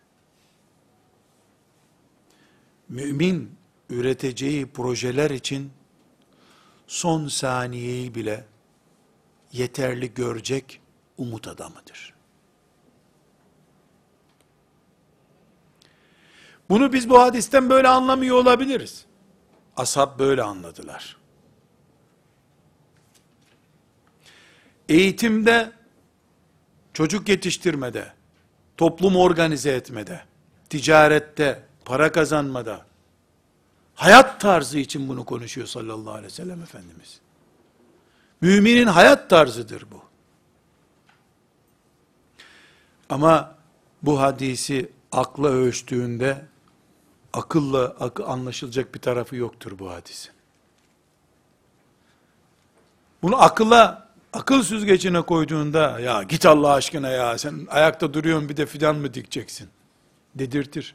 Mümin üreteceği projeler için son saniyeyi bile yeterli görecek umut adamıdır. Bunu biz bu hadisten böyle anlamıyor olabiliriz. Ashab böyle anladılar. Eğitimde, çocuk yetiştirmede, toplum organize etmede, ticarette, para kazanmada, hayat tarzı için bunu konuşuyor sallallahu aleyhi ve sellem Efendimiz. Müminin hayat tarzıdır bu. Ama bu hadisi akla ölçtüğünde, akılla akı anlaşılacak bir tarafı yoktur bu hadisin. Bunu akılla, akıl süzgecine koyduğunda, ya git Allah aşkına ya, sen ayakta duruyorsun bir de fidan mı dikeceksin dedirtir.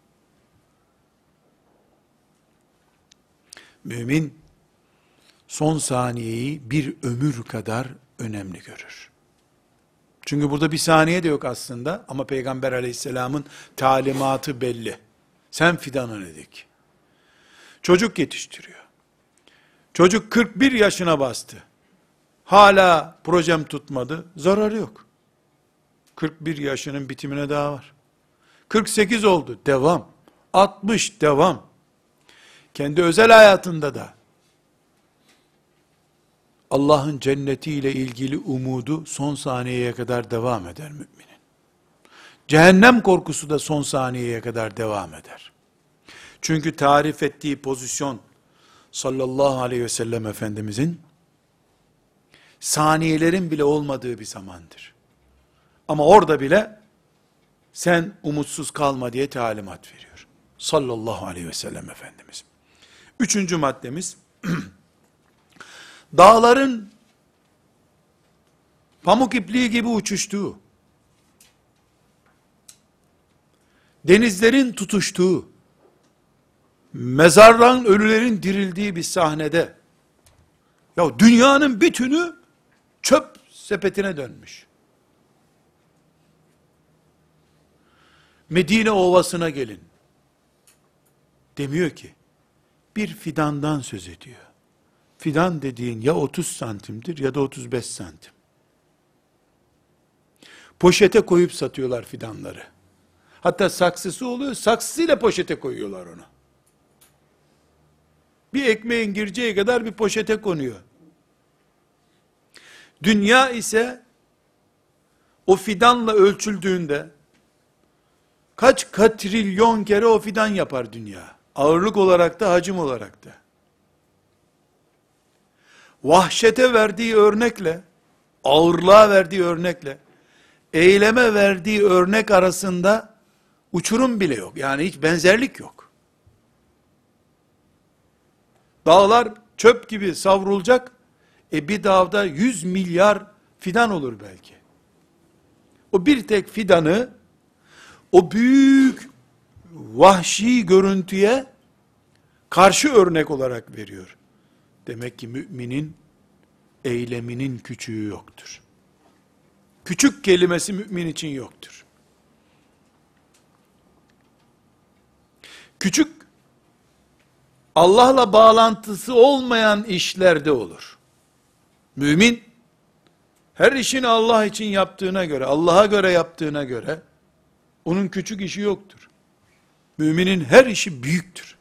Mümin, son saniyeyi bir ömür kadar önemli görür. Çünkü burada bir saniye de yok aslında, ama Peygamber aleyhisselamın talimatı belli. Sen fidanını dik. Çocuk yetiştiriyor. Çocuk kırk bir yaşına bastı. Hala projem tutmadı. Zararı yok. kırk bir yaşının bitimine daha var. kırk sekiz oldu. Devam. altmış devam. Kendi özel hayatında da Allah'ın cennetiyle ilgili umudu son saniyeye kadar devam eder müminin. Cehennem korkusu da son saniyeye kadar devam eder. Çünkü tarif ettiği pozisyon sallallahu aleyhi ve sellem Efendimizin saniyelerin bile olmadığı bir zamandır. Ama orada bile sen umutsuz kalma diye talimat veriyor. Sallallahu aleyhi ve sellem Efendimiz. Üçüncü maddemiz, dağların pamuk ipliği gibi uçuştuğu, denizlerin tutuştuğu, mezardan ölülerin dirildiği bir sahnede, ya dünyanın bütünü çöp sepetine dönmüş. Medine Ovası'na gelin demiyor ki, bir fidandan söz ediyor. Fidan dediğin ya otuz santimdir ya da otuz beş santim. Poşete koyup satıyorlar fidanları. Hatta saksısı oluyor, saksısıyla poşete koyuyorlar onu. Bir ekmeğin gireceği kadar bir poşete konuyor. Dünya ise o fidanla ölçüldüğünde kaç katrilyon kere o fidan yapar dünya. Ağırlık olarak da, hacim olarak da. Vahşete verdiği örnekle, ağırlığa verdiği örnekle, eyleme verdiği örnek arasında uçurum bile yok. Yani hiç benzerlik yok. Dağlar çöp gibi savrulacak, e bir dağda yüz milyar fidan olur belki. O bir tek fidanı, o büyük vahşi görüntüye karşı örnek olarak veriyor. Demek ki müminin eyleminin küçüğü yoktur. Küçük kelimesi mümin için yoktur. Küçük, Allah'la bağlantısı olmayan işlerde olur. Mümin, her işini Allah için yaptığına göre, Allah'a göre yaptığına göre, onun küçük işi yoktur. Müminin her işi büyüktür.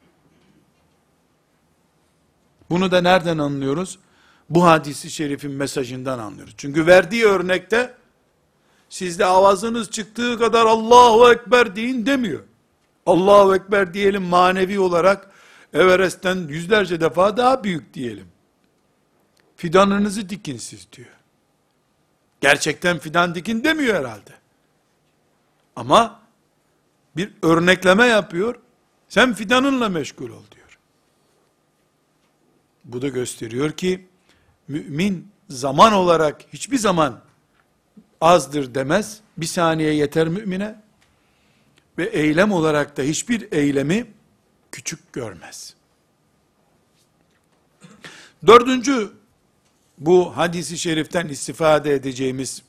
Bunu da nereden anlıyoruz? Bu hadisi şerifin mesajından anlıyoruz. Çünkü verdiği örnekte, sizde avazınız çıktığı kadar Allahu Ekber deyin demiyor. Allahu Ekber diyelim manevi olarak, Everest'ten yüzlerce defa daha büyük diyelim. Fidanınızı dikin siz diyor. Gerçekten fidan dikin demiyor herhalde. Ama bir örnekleme yapıyor. Sen fidanınla meşgul ol diyor. Bu da gösteriyor ki mümin zaman olarak hiçbir zaman azdır demez. Bir saniye yeter mümine. Ve eylem olarak da hiçbir eylemi küçük görmez. Dördüncü, bu hadisi şeriften istifade edeceğimiz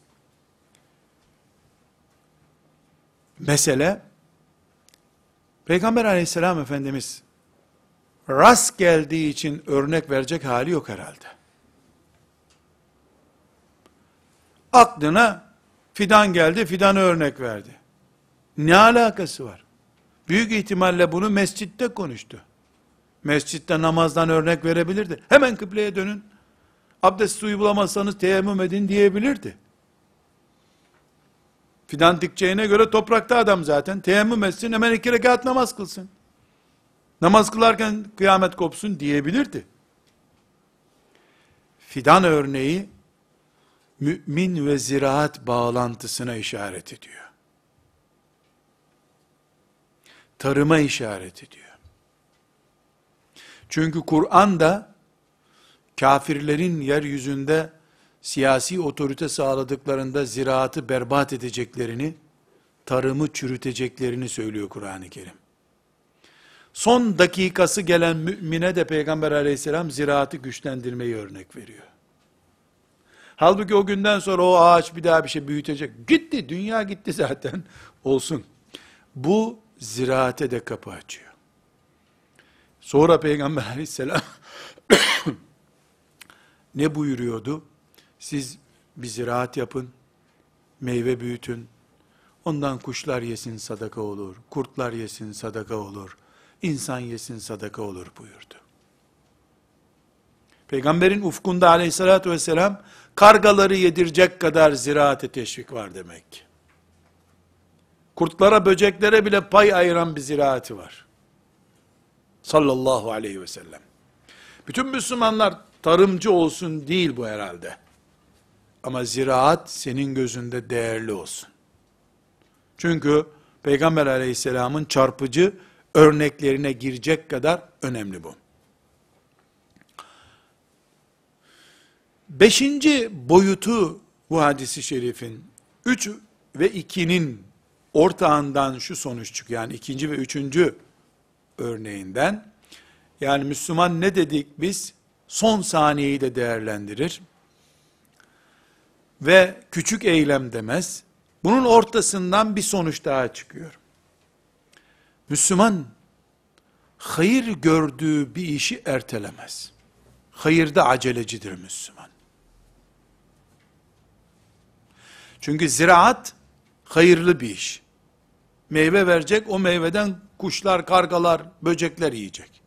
mesele, Peygamber aleyhisselam Efendimiz rast geldiği için örnek verecek hali yok herhalde. Aklına fidan geldi, fidanı örnek verdi. Ne alakası var? Büyük ihtimalle bunu mescitte konuştu. Mescitte namazdan örnek verebilirdi. Hemen kıbleye dönün. Abdest suyu bulamazsanız teyemmüm edin diyebilirdi. Fidan dikeceğine göre toprakta adam zaten. Teyemmüm etsin, hemen iki rekat namaz kılsın. Namaz kılarken kıyamet kopsun diyebilirdi. Fidan örneği, mümin ve ziraat bağlantısına işaret ediyor. Tarıma işaret ediyor. Çünkü Kur'an'da kafirlerin yeryüzünde siyasi otorite sağladıklarında ziraatı berbat edeceklerini, tarımı çürüteceklerini söylüyor Kur'an-ı Kerim. Son dakikası gelen mümine de Peygamber aleyhisselam ziraatı güçlendirmeyi örnek veriyor. Halbuki o günden sonra o ağaç bir daha bir şey büyütecek. Gitti, dünya gitti zaten. Olsun. Bu ziraate de kapı açıyor. Sonra Peygamber aleyhisselam ne buyuruyordu? Siz bir ziraat yapın, meyve büyütün, ondan kuşlar yesin sadaka olur, kurtlar yesin sadaka olur, insan yesin sadaka olur buyurdu. Peygamberin ufkunda aleyhissalatü vesselam, kargaları yedirecek kadar ziraate teşvik var demek. Kurtlara, böceklere bile pay ayıran bir ziraati var. Sallallahu aleyhi ve sellem. Bütün Müslümanlar tarımcı olsun değil bu herhalde. Ama ziraat senin gözünde değerli olsun. Çünkü Peygamber aleyhisselamın çarpıcı örneklerine girecek kadar önemli bu. Beşinci boyutu bu hadisi şerifin, üç ve ikinin ortağından şu sonuç çıkıyor. Yani ikinci ve üçüncü örneğinden, yani Müslüman ne dedik biz? Son saniyeyi de değerlendirir. Ve küçük eylem demez. Bunun ortasından bir sonuç daha çıkıyor. Müslüman, hayır gördüğü bir işi ertelemez. Hayırda acelecidir Müslüman. Çünkü ziraat, hayırlı bir iş. Meyve verecek, o meyveden kuşlar, kargalar, böcekler yiyecek.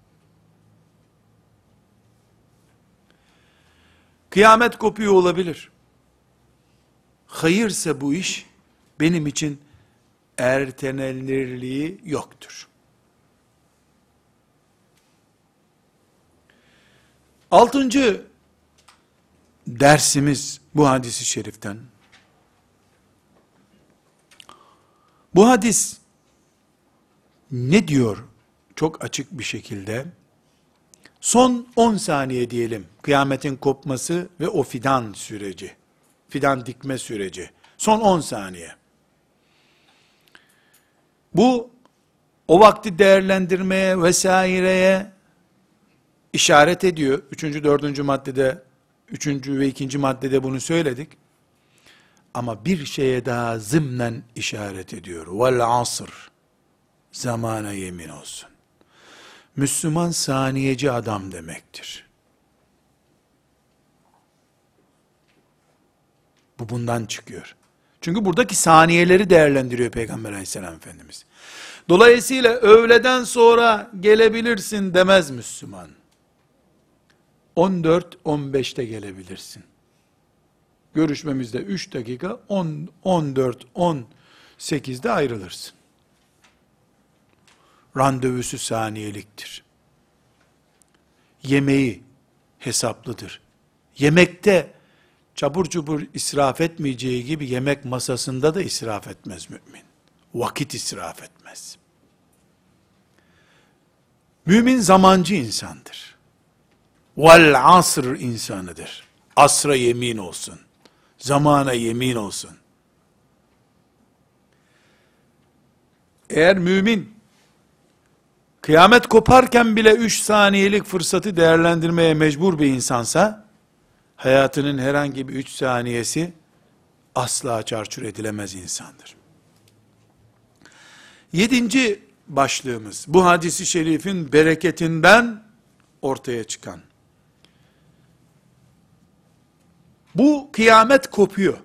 Kıyamet kopuyor olabilir. Hayırsa bu iş, benim için ertelenirliği yoktur. Altıncı dersimiz bu hadisi şeriften. Bu hadis ne diyor? Çok açık bir şekilde. Son on saniye diyelim, kıyametin kopması ve o fidan süreci, fidan dikme süreci. Son on saniye. Bu, o vakti değerlendirmeye vesaireye işaret ediyor. Üçüncü, dördüncü maddede, üçüncü ve ikinci maddede bunu söyledik. Ama bir şeye daha zımnen işaret ediyor. Vel asr. Zamana yemin olsun. Müslüman saniyeci adam demektir. Bu bundan çıkıyor. Çünkü buradaki saniyeleri değerlendiriyor Peygamber aleyhisselam Efendimiz. Dolayısıyla öğleden sonra gelebilirsin demez Müslüman. on dört on beşte gelebilirsin. Görüşmemizde üç dakika, on, on dört on sekizde ayrılırsın. Randevusu saniyeliktir. Yemeği hesaplıdır. Yemekte çabur çubur israf etmeyeceği gibi yemek masasında da israf etmez mümin. Vakit israf etmez. Mümin zamancı insandır. Vel asr insanıdır. Asra yemin olsun. Zamana yemin olsun. Eğer mümin kıyamet koparken bile üç saniyelik fırsatı değerlendirmeye mecbur bir insansa, hayatının herhangi bir üç saniyesi asla çarçur edilemez insandır. Yedinci başlığımız, bu hadisi şerifin bereketinden ortaya çıkan, Bu kıyamet kopuyor.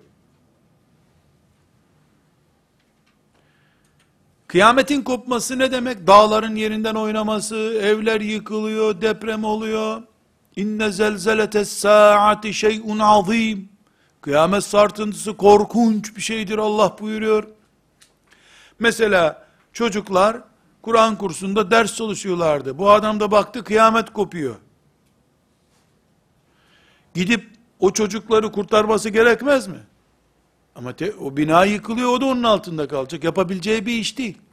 Kıyametin kopması ne demek? Dağların yerinden oynaması, evler yıkılıyor, deprem oluyor. İnne zelzeletes saati şey'un azim. Kıyamet sarsıntısı korkunç bir şeydir Allah buyuruyor. Mesela çocuklar Kur'an kursunda ders çalışıyorlardı. Bu adam da baktı kıyamet kopuyor. Gidip o çocukları kurtarması gerekmez mi? Ama te, o bina yıkılıyor, o da onun altında kalacak. Yapabileceği bir iş değil.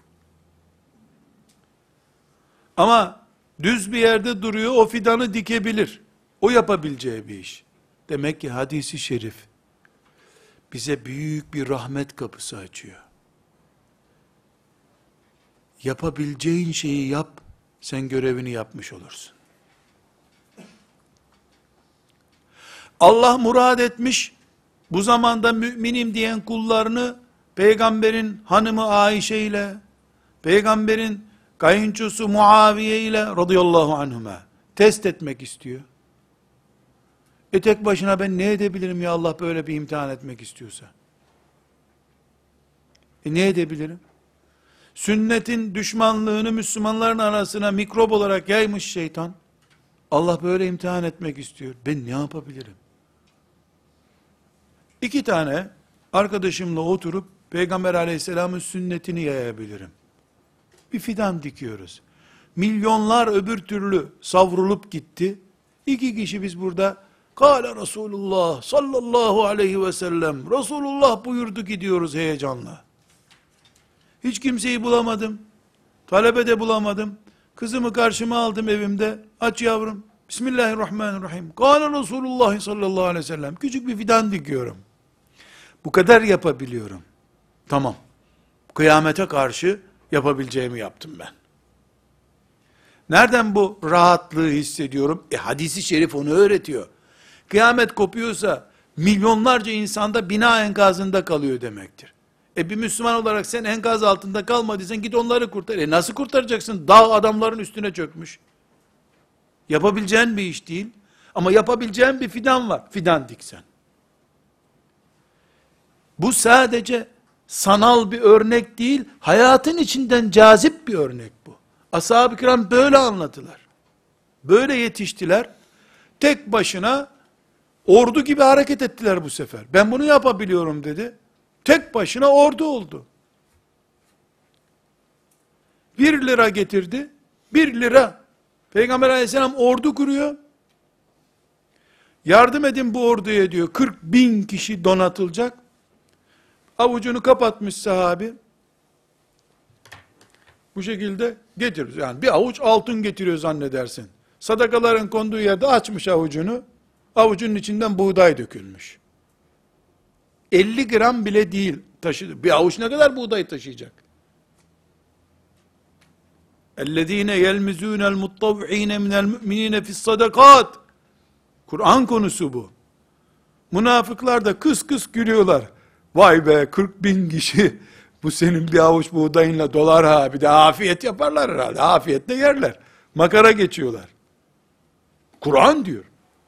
Ama düz bir yerde duruyor, o fidanı dikebilir. O yapabileceği bir iş. Demek ki hadisi şerif bize büyük bir rahmet kapısı açıyor. Yapabileceğin şeyi yap, sen görevini yapmış olursun. Allah murad etmiş, bu zamanda müminim diyen kullarını, peygamberin hanımı Ayşe ile, peygamberin kayınçosu Muaviye ile radıyallahu anhuma test etmek istiyor. E tek başına ben ne edebilirim ya Allah böyle bir imtihan etmek istiyorsa? E ne edebilirim? Sünnetin düşmanlığını Müslümanların arasına mikrop olarak yaymış şeytan. Allah böyle imtihan etmek istiyor. Ben ne yapabilirim? İki tane arkadaşımla oturup Peygamber aleyhisselamın sünnetini yayabilirim. Bir fidan dikiyoruz. Milyonlar öbür türlü savrulup gitti. İki kişi biz burada Kâle Resulullah sallallahu aleyhi ve sellem Resulullah buyurdu gidiyoruz heyecanla. Hiç kimseyi bulamadım. Talebe de bulamadım. Kızımı karşıma aldım evimde. Aç yavrum. Bismillahirrahmanirrahim. Kâle Resulullah sallallahu aleyhi ve sellem. Küçük bir fidan dikiyorum. Bu kadar yapabiliyorum. Tamam. Kıyamete karşı yapabileceğimi yaptım ben. Nereden bu rahatlığı hissediyorum? E hadisi şerif onu öğretiyor. Kıyamet kopuyorsa milyonlarca insanda bina enkazında kalıyor demektir. E bir Müslüman olarak sen enkaz altında kalmadıysan git onları kurtar. E nasıl kurtaracaksın? Dağ adamların üstüne çökmüş. Yapabileceğin bir iş değil. Ama yapabileceğin bir fidan var. Fidan diksen. Bu sadece sanal bir örnek değil, hayatın içinden cazip bir örnek bu. Ashab-ı kiram böyle anladılar. Böyle yetiştiler. Tek başına ordu gibi hareket ettiler bu sefer. Ben bunu yapabiliyorum dedi. Tek başına ordu oldu. Bir lira getirdi. Bir lira. Peygamber aleyhisselam ordu kuruyor. Yardım edin bu orduya diyor. kırk bin kişi donatılacak. Avucunu kapatmış sahabi. Bu şekilde getiriyor. Yani bir avuç altın getiriyor zannedersin. Sadakaların konduğu yerde açmış avucunu. Avucunun içinden buğday dökülmüş. elli gram bile değil taşıdı. Bir avuç ne kadar buğday taşıyacak? اَلَّذ۪ينَ يَلْمِزُونَ الْمُطَّوْعِينَ مِنَ الْمُؤْمِنِينَ فِي الصَّدَقَاتِ Kur'an konusu bu. Münafıklar da kıs kıs gülüyorlar. Vay be kırk bin kişi bu senin bir avuç buğdayınla dolar ha, bir de afiyet yaparlar herhalde. Afiyetle yerler. Makara geçiyorlar. Kur'an diyor.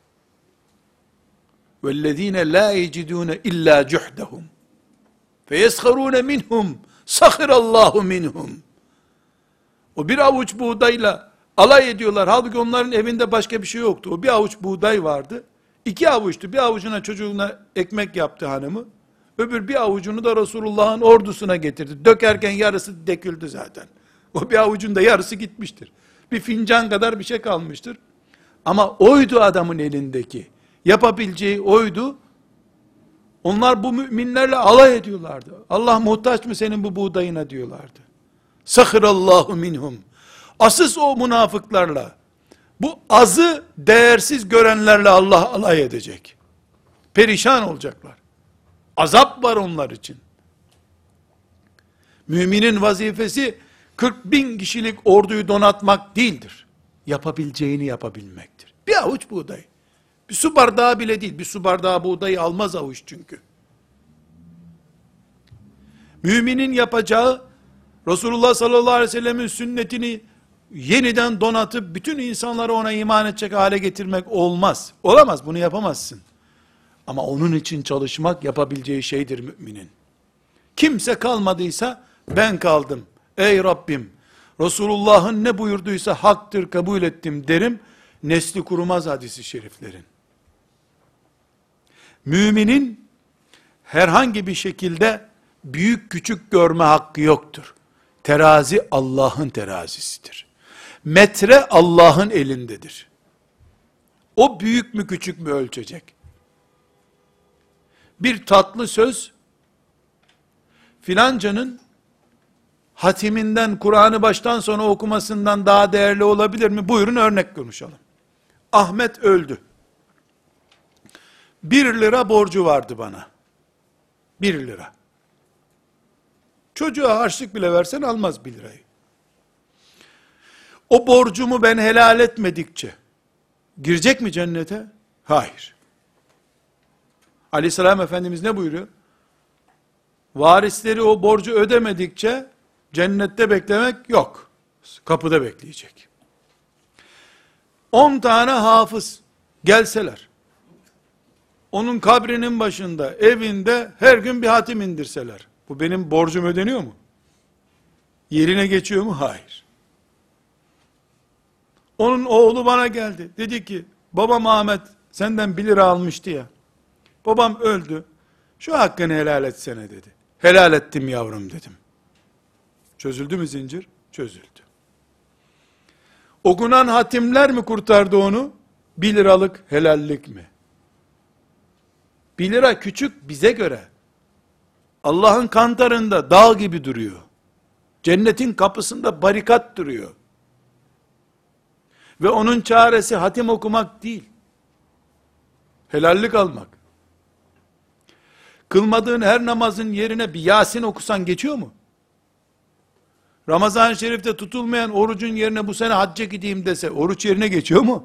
وَالَّذ۪ينَ لَا يَجِدُونَ اِلَّا جُحْدَهُمْ فَيَسْخَرُونَ مِنْهُمْ سَخِرَ اللّٰهُ مِنْهُمْ O bir avuç buğdayla alay ediyorlar. Halbuki onların evinde başka bir şey yoktu. O bir avuç buğday vardı. İki avuçtu. Bir avucuna çocuğuna ekmek yaptı hanımı. Öbür bir avucunu da Resulullah'ın ordusuna getirdi. Dökerken yarısı döküldü zaten. O bir avucun da yarısı gitmiştir. Bir fincan kadar bir şey kalmıştır. Ama oydu adamın elindeki. Yapabileceği oydu. Onlar bu müminlerle alay ediyorlardı. Allah muhtaç mı senin bu buğdayına diyorlardı. Sahirallahu minhum. Asıl o münafıklarla, bu azı değersiz görenlerle Allah alay edecek. Perişan olacaklar. Azap var onlar için. Müminin vazifesi kırk bin kişilik orduyu donatmak değildir. Yapabileceğini yapabilmektir. Bir avuç buğday. Bir su bardağı bile değil. Bir su bardağı buğdayı almaz avuç çünkü. Müminin yapacağı Resulullah sallallahu aleyhi ve sellemin sünnetini yeniden donatıp bütün insanları ona iman edecek hale getirmek olmaz. Olamaz, bunu yapamazsın. Ama onun için çalışmak yapabileceği şeydir müminin. Kimse kalmadıysa ben kaldım. Ey Rabbim, Resulullah'ın ne buyurduysa haktır, kabul ettim derim. Nesli kurumaz hadisi şeriflerin. Müminin herhangi bir şekilde büyük küçük görme hakkı yoktur. Terazi Allah'ın terazisidir. Metre Allah'ın elindedir. O büyük mü küçük mü ölçecek. Bir tatlı söz, filancanın hatiminden, Kur'an'ı baştan sona okumasından daha değerli olabilir mi? Buyurun örnek konuşalım. Ahmet öldü. Bir lira borcu vardı bana. Bir lira. Çocuğa harçlık bile versen almaz bir lirayı. O borcumu ben helal etmedikçe, girecek mi cennete? Hayır. Aleyhisselam Efendimiz ne buyuruyor? Varisleri o borcu ödemedikçe, cennette beklemek yok. Kapıda bekleyecek. On tane hafız gelseler, onun kabrinin başında, evinde her gün bir hatim indirseler, bu benim borcum ödeniyor mu? Yerine geçiyor mu? Hayır. Onun oğlu bana geldi. Dedi ki, babam Ahmet senden bir lira almıştı ya. Babam öldü. Şu hakkını helal etsene dedi. Helal ettim yavrum dedim. Çözüldü mü zincir? Çözüldü. Okunan hatimler mi kurtardı onu? Bir liralık helallik mi? Bir lira küçük bize göre. Allah'ın kantarında dağ gibi duruyor. Cennetin kapısında barikat duruyor. Ve onun çaresi hatim okumak değil. Helallik almak. Kılmadığın her namazın yerine bir Yasin okusan geçiyor mu? Ramazan-ı Şerif'te tutulmayan orucun yerine bu sene hacca gideyim dese, oruç yerine geçiyor mu?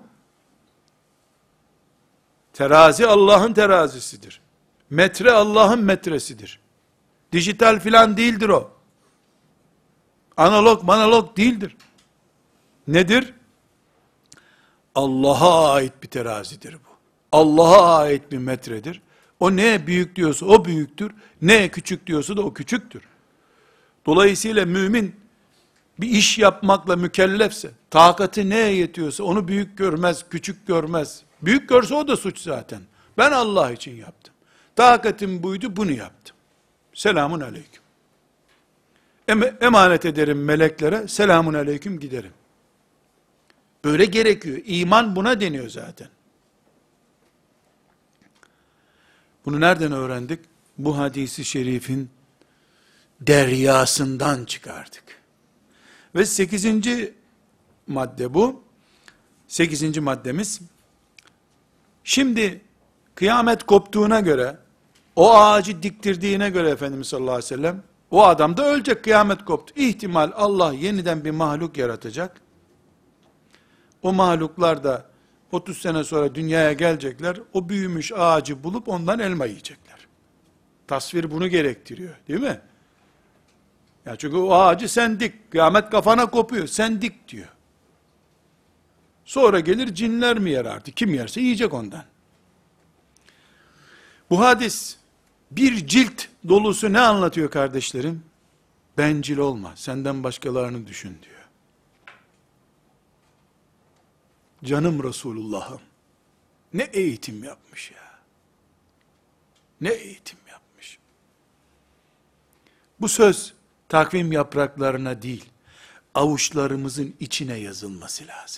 Terazi Allah'ın terazisidir. Metre Allah'ın metresidir. Dijital filan değildir o. Analog manalog değildir. Nedir? Allah'a ait bir terazidir bu. Allah'a ait bir metredir. O ne büyük diyorsa o büyüktür. Ne küçük diyorsa da o küçüktür. Dolayısıyla mümin bir iş yapmakla mükellefse, takati neye yetiyorsa onu büyük görmez, küçük görmez. Büyük görse o da suç zaten. Ben Allah için yaptım. Takatim buydu, bunu yaptım. Selamun aleyküm. Em- emanet ederim meleklere, selamun aleyküm giderim. Böyle gerekiyor. İman buna deniyor zaten. Bunu nereden öğrendik? Bu hadisi şerifin deryasından çıkardık. Ve sekizinci madde bu. Sekizinci maddemiz, şimdi kıyamet koptuğuna göre, o ağacı diktirdiğine göre Efendimiz sallallahu aleyhi ve sellem, o adam da ölecek, kıyamet koptu. İhtimal Allah yeniden bir mahluk yaratacak. O mahluklar da otuz sene sonra dünyaya gelecekler, o büyümüş ağacı bulup ondan elma yiyecekler. Tasvir bunu gerektiriyor, değil mi? Ya çünkü o ağacı sen dik, kıyamet kafana kopuyor, sen dik diyor. Sonra gelir cinler mi yer artık, kim yerse yiyecek ondan. Bu hadis, bir cilt dolusu ne anlatıyor kardeşlerim? Bencil olma, senden başkalarını düşün diyor. Canım Resulullah'ım, ne eğitim yapmış ya. Ne eğitim yapmış. Bu söz, takvim yapraklarına değil, avuçlarımızın içine yazılması lazım.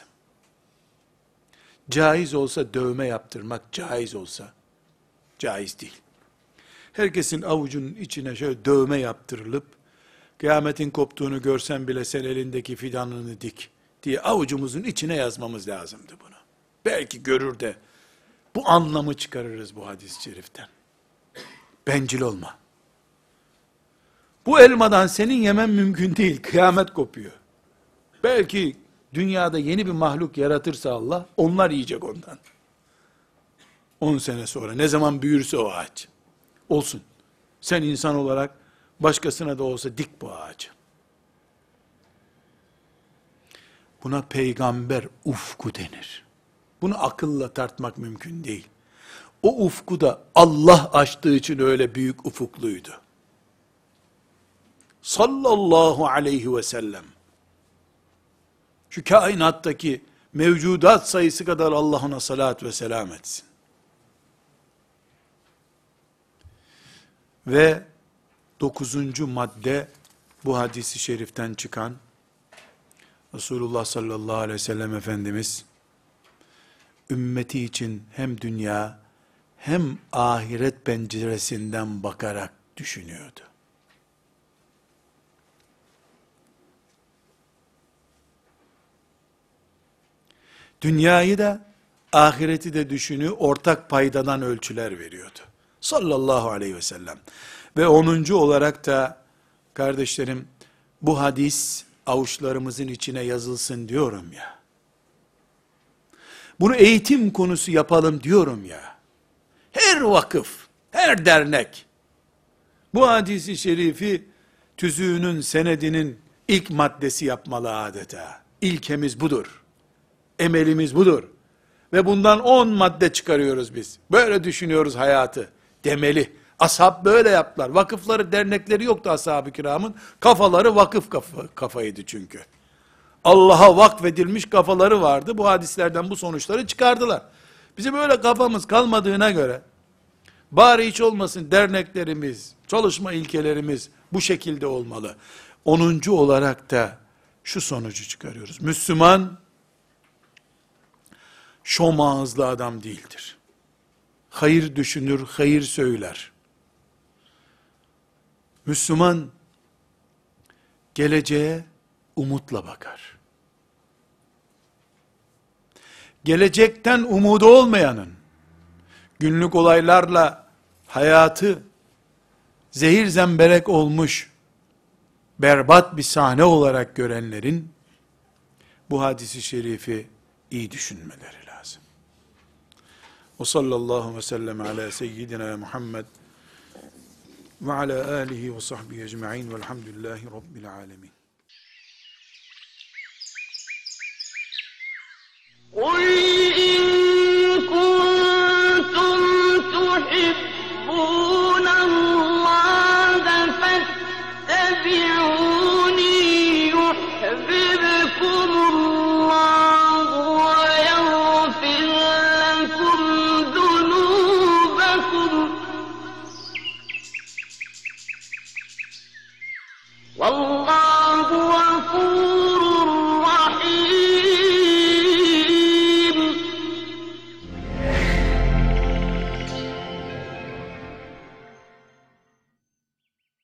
Caiz olsa dövme yaptırmak, caiz olsa, caiz değil. Herkesin avucunun içine şöyle dövme yaptırılıp, kıyametin koptuğunu görsen bile sen elindeki fidanını dik diye avucumuzun içine yazmamız lazımdı bunu. Belki görür de bu anlamı çıkarırız bu hadis-i şeriften. Bencil olma. Bu elmadan senin yemen mümkün değil. Kıyamet kopuyor. Belki dünyada yeni bir mahluk yaratırsa Allah, onlar yiyecek ondan. On sene sonra, ne zaman büyürse o ağaç. Olsun. Sen insan olarak başkasına da olsa dik bu ağacı. Buna peygamber ufku denir. Bunu akılla tartmak mümkün değil. o ufku da Allah açtığı için öyle büyük ufukluydu. Sallallahu aleyhi ve sellem. Şu kainattaki mevcudat sayısı kadar Allah ona salat ve selam etsin. Ve dokuzuncu madde, bu hadisi şeriften çıkan, Resulullah sallallahu aleyhi ve sellem Efendimiz, ümmeti için hem dünya hem ahiret penceresinden bakarak düşünüyordu. Dünyayı da ahireti de düşünüyor, ortak paydadan ölçüler veriyordu. Sallallahu aleyhi ve sellem. Ve onuncu olarak da kardeşlerim, bu hadis avuçlarımızın içine yazılsın diyorum ya. Bunu eğitim konusu yapalım diyorum ya. Her vakıf, her dernek, bu hadisi şerifi tüzüğünün, senedinin ilk maddesi yapmalı adeta. İlkemiz budur. Emelimiz budur. Ve bundan on madde çıkarıyoruz biz. Böyle düşünüyoruz hayatı demeli. Ashab böyle yaptılar. Vakıfları, dernekleri yoktu ashab-ı kiramın. Kafaları vakıf kafa, kafaydı çünkü. Allah'a vakfedilmiş kafaları vardı. Bu hadislerden bu sonuçları çıkardılar. Bizim böyle kafamız kalmadığına göre, bari hiç olmasın derneklerimiz, çalışma ilkelerimiz bu şekilde olmalı. Onuncu olarak da şu sonucu çıkarıyoruz. Müslüman, şom ağızlı adam değildir. Hayır düşünür, hayır söyler. Müslüman, geleceğe umutla bakar. Gelecekten umudu olmayanın, günlük olaylarla hayatı zehir zemberek olmuş, berbat bir sahne olarak görenlerin, bu hadisi şerifi iyi düşünmeleri lazım. Ve sallallahu ve sellem ala seyyidina Muhammed ve ala alihi ve sahbihi ecma'in velhamdülillahi rabbil alemin. Oy!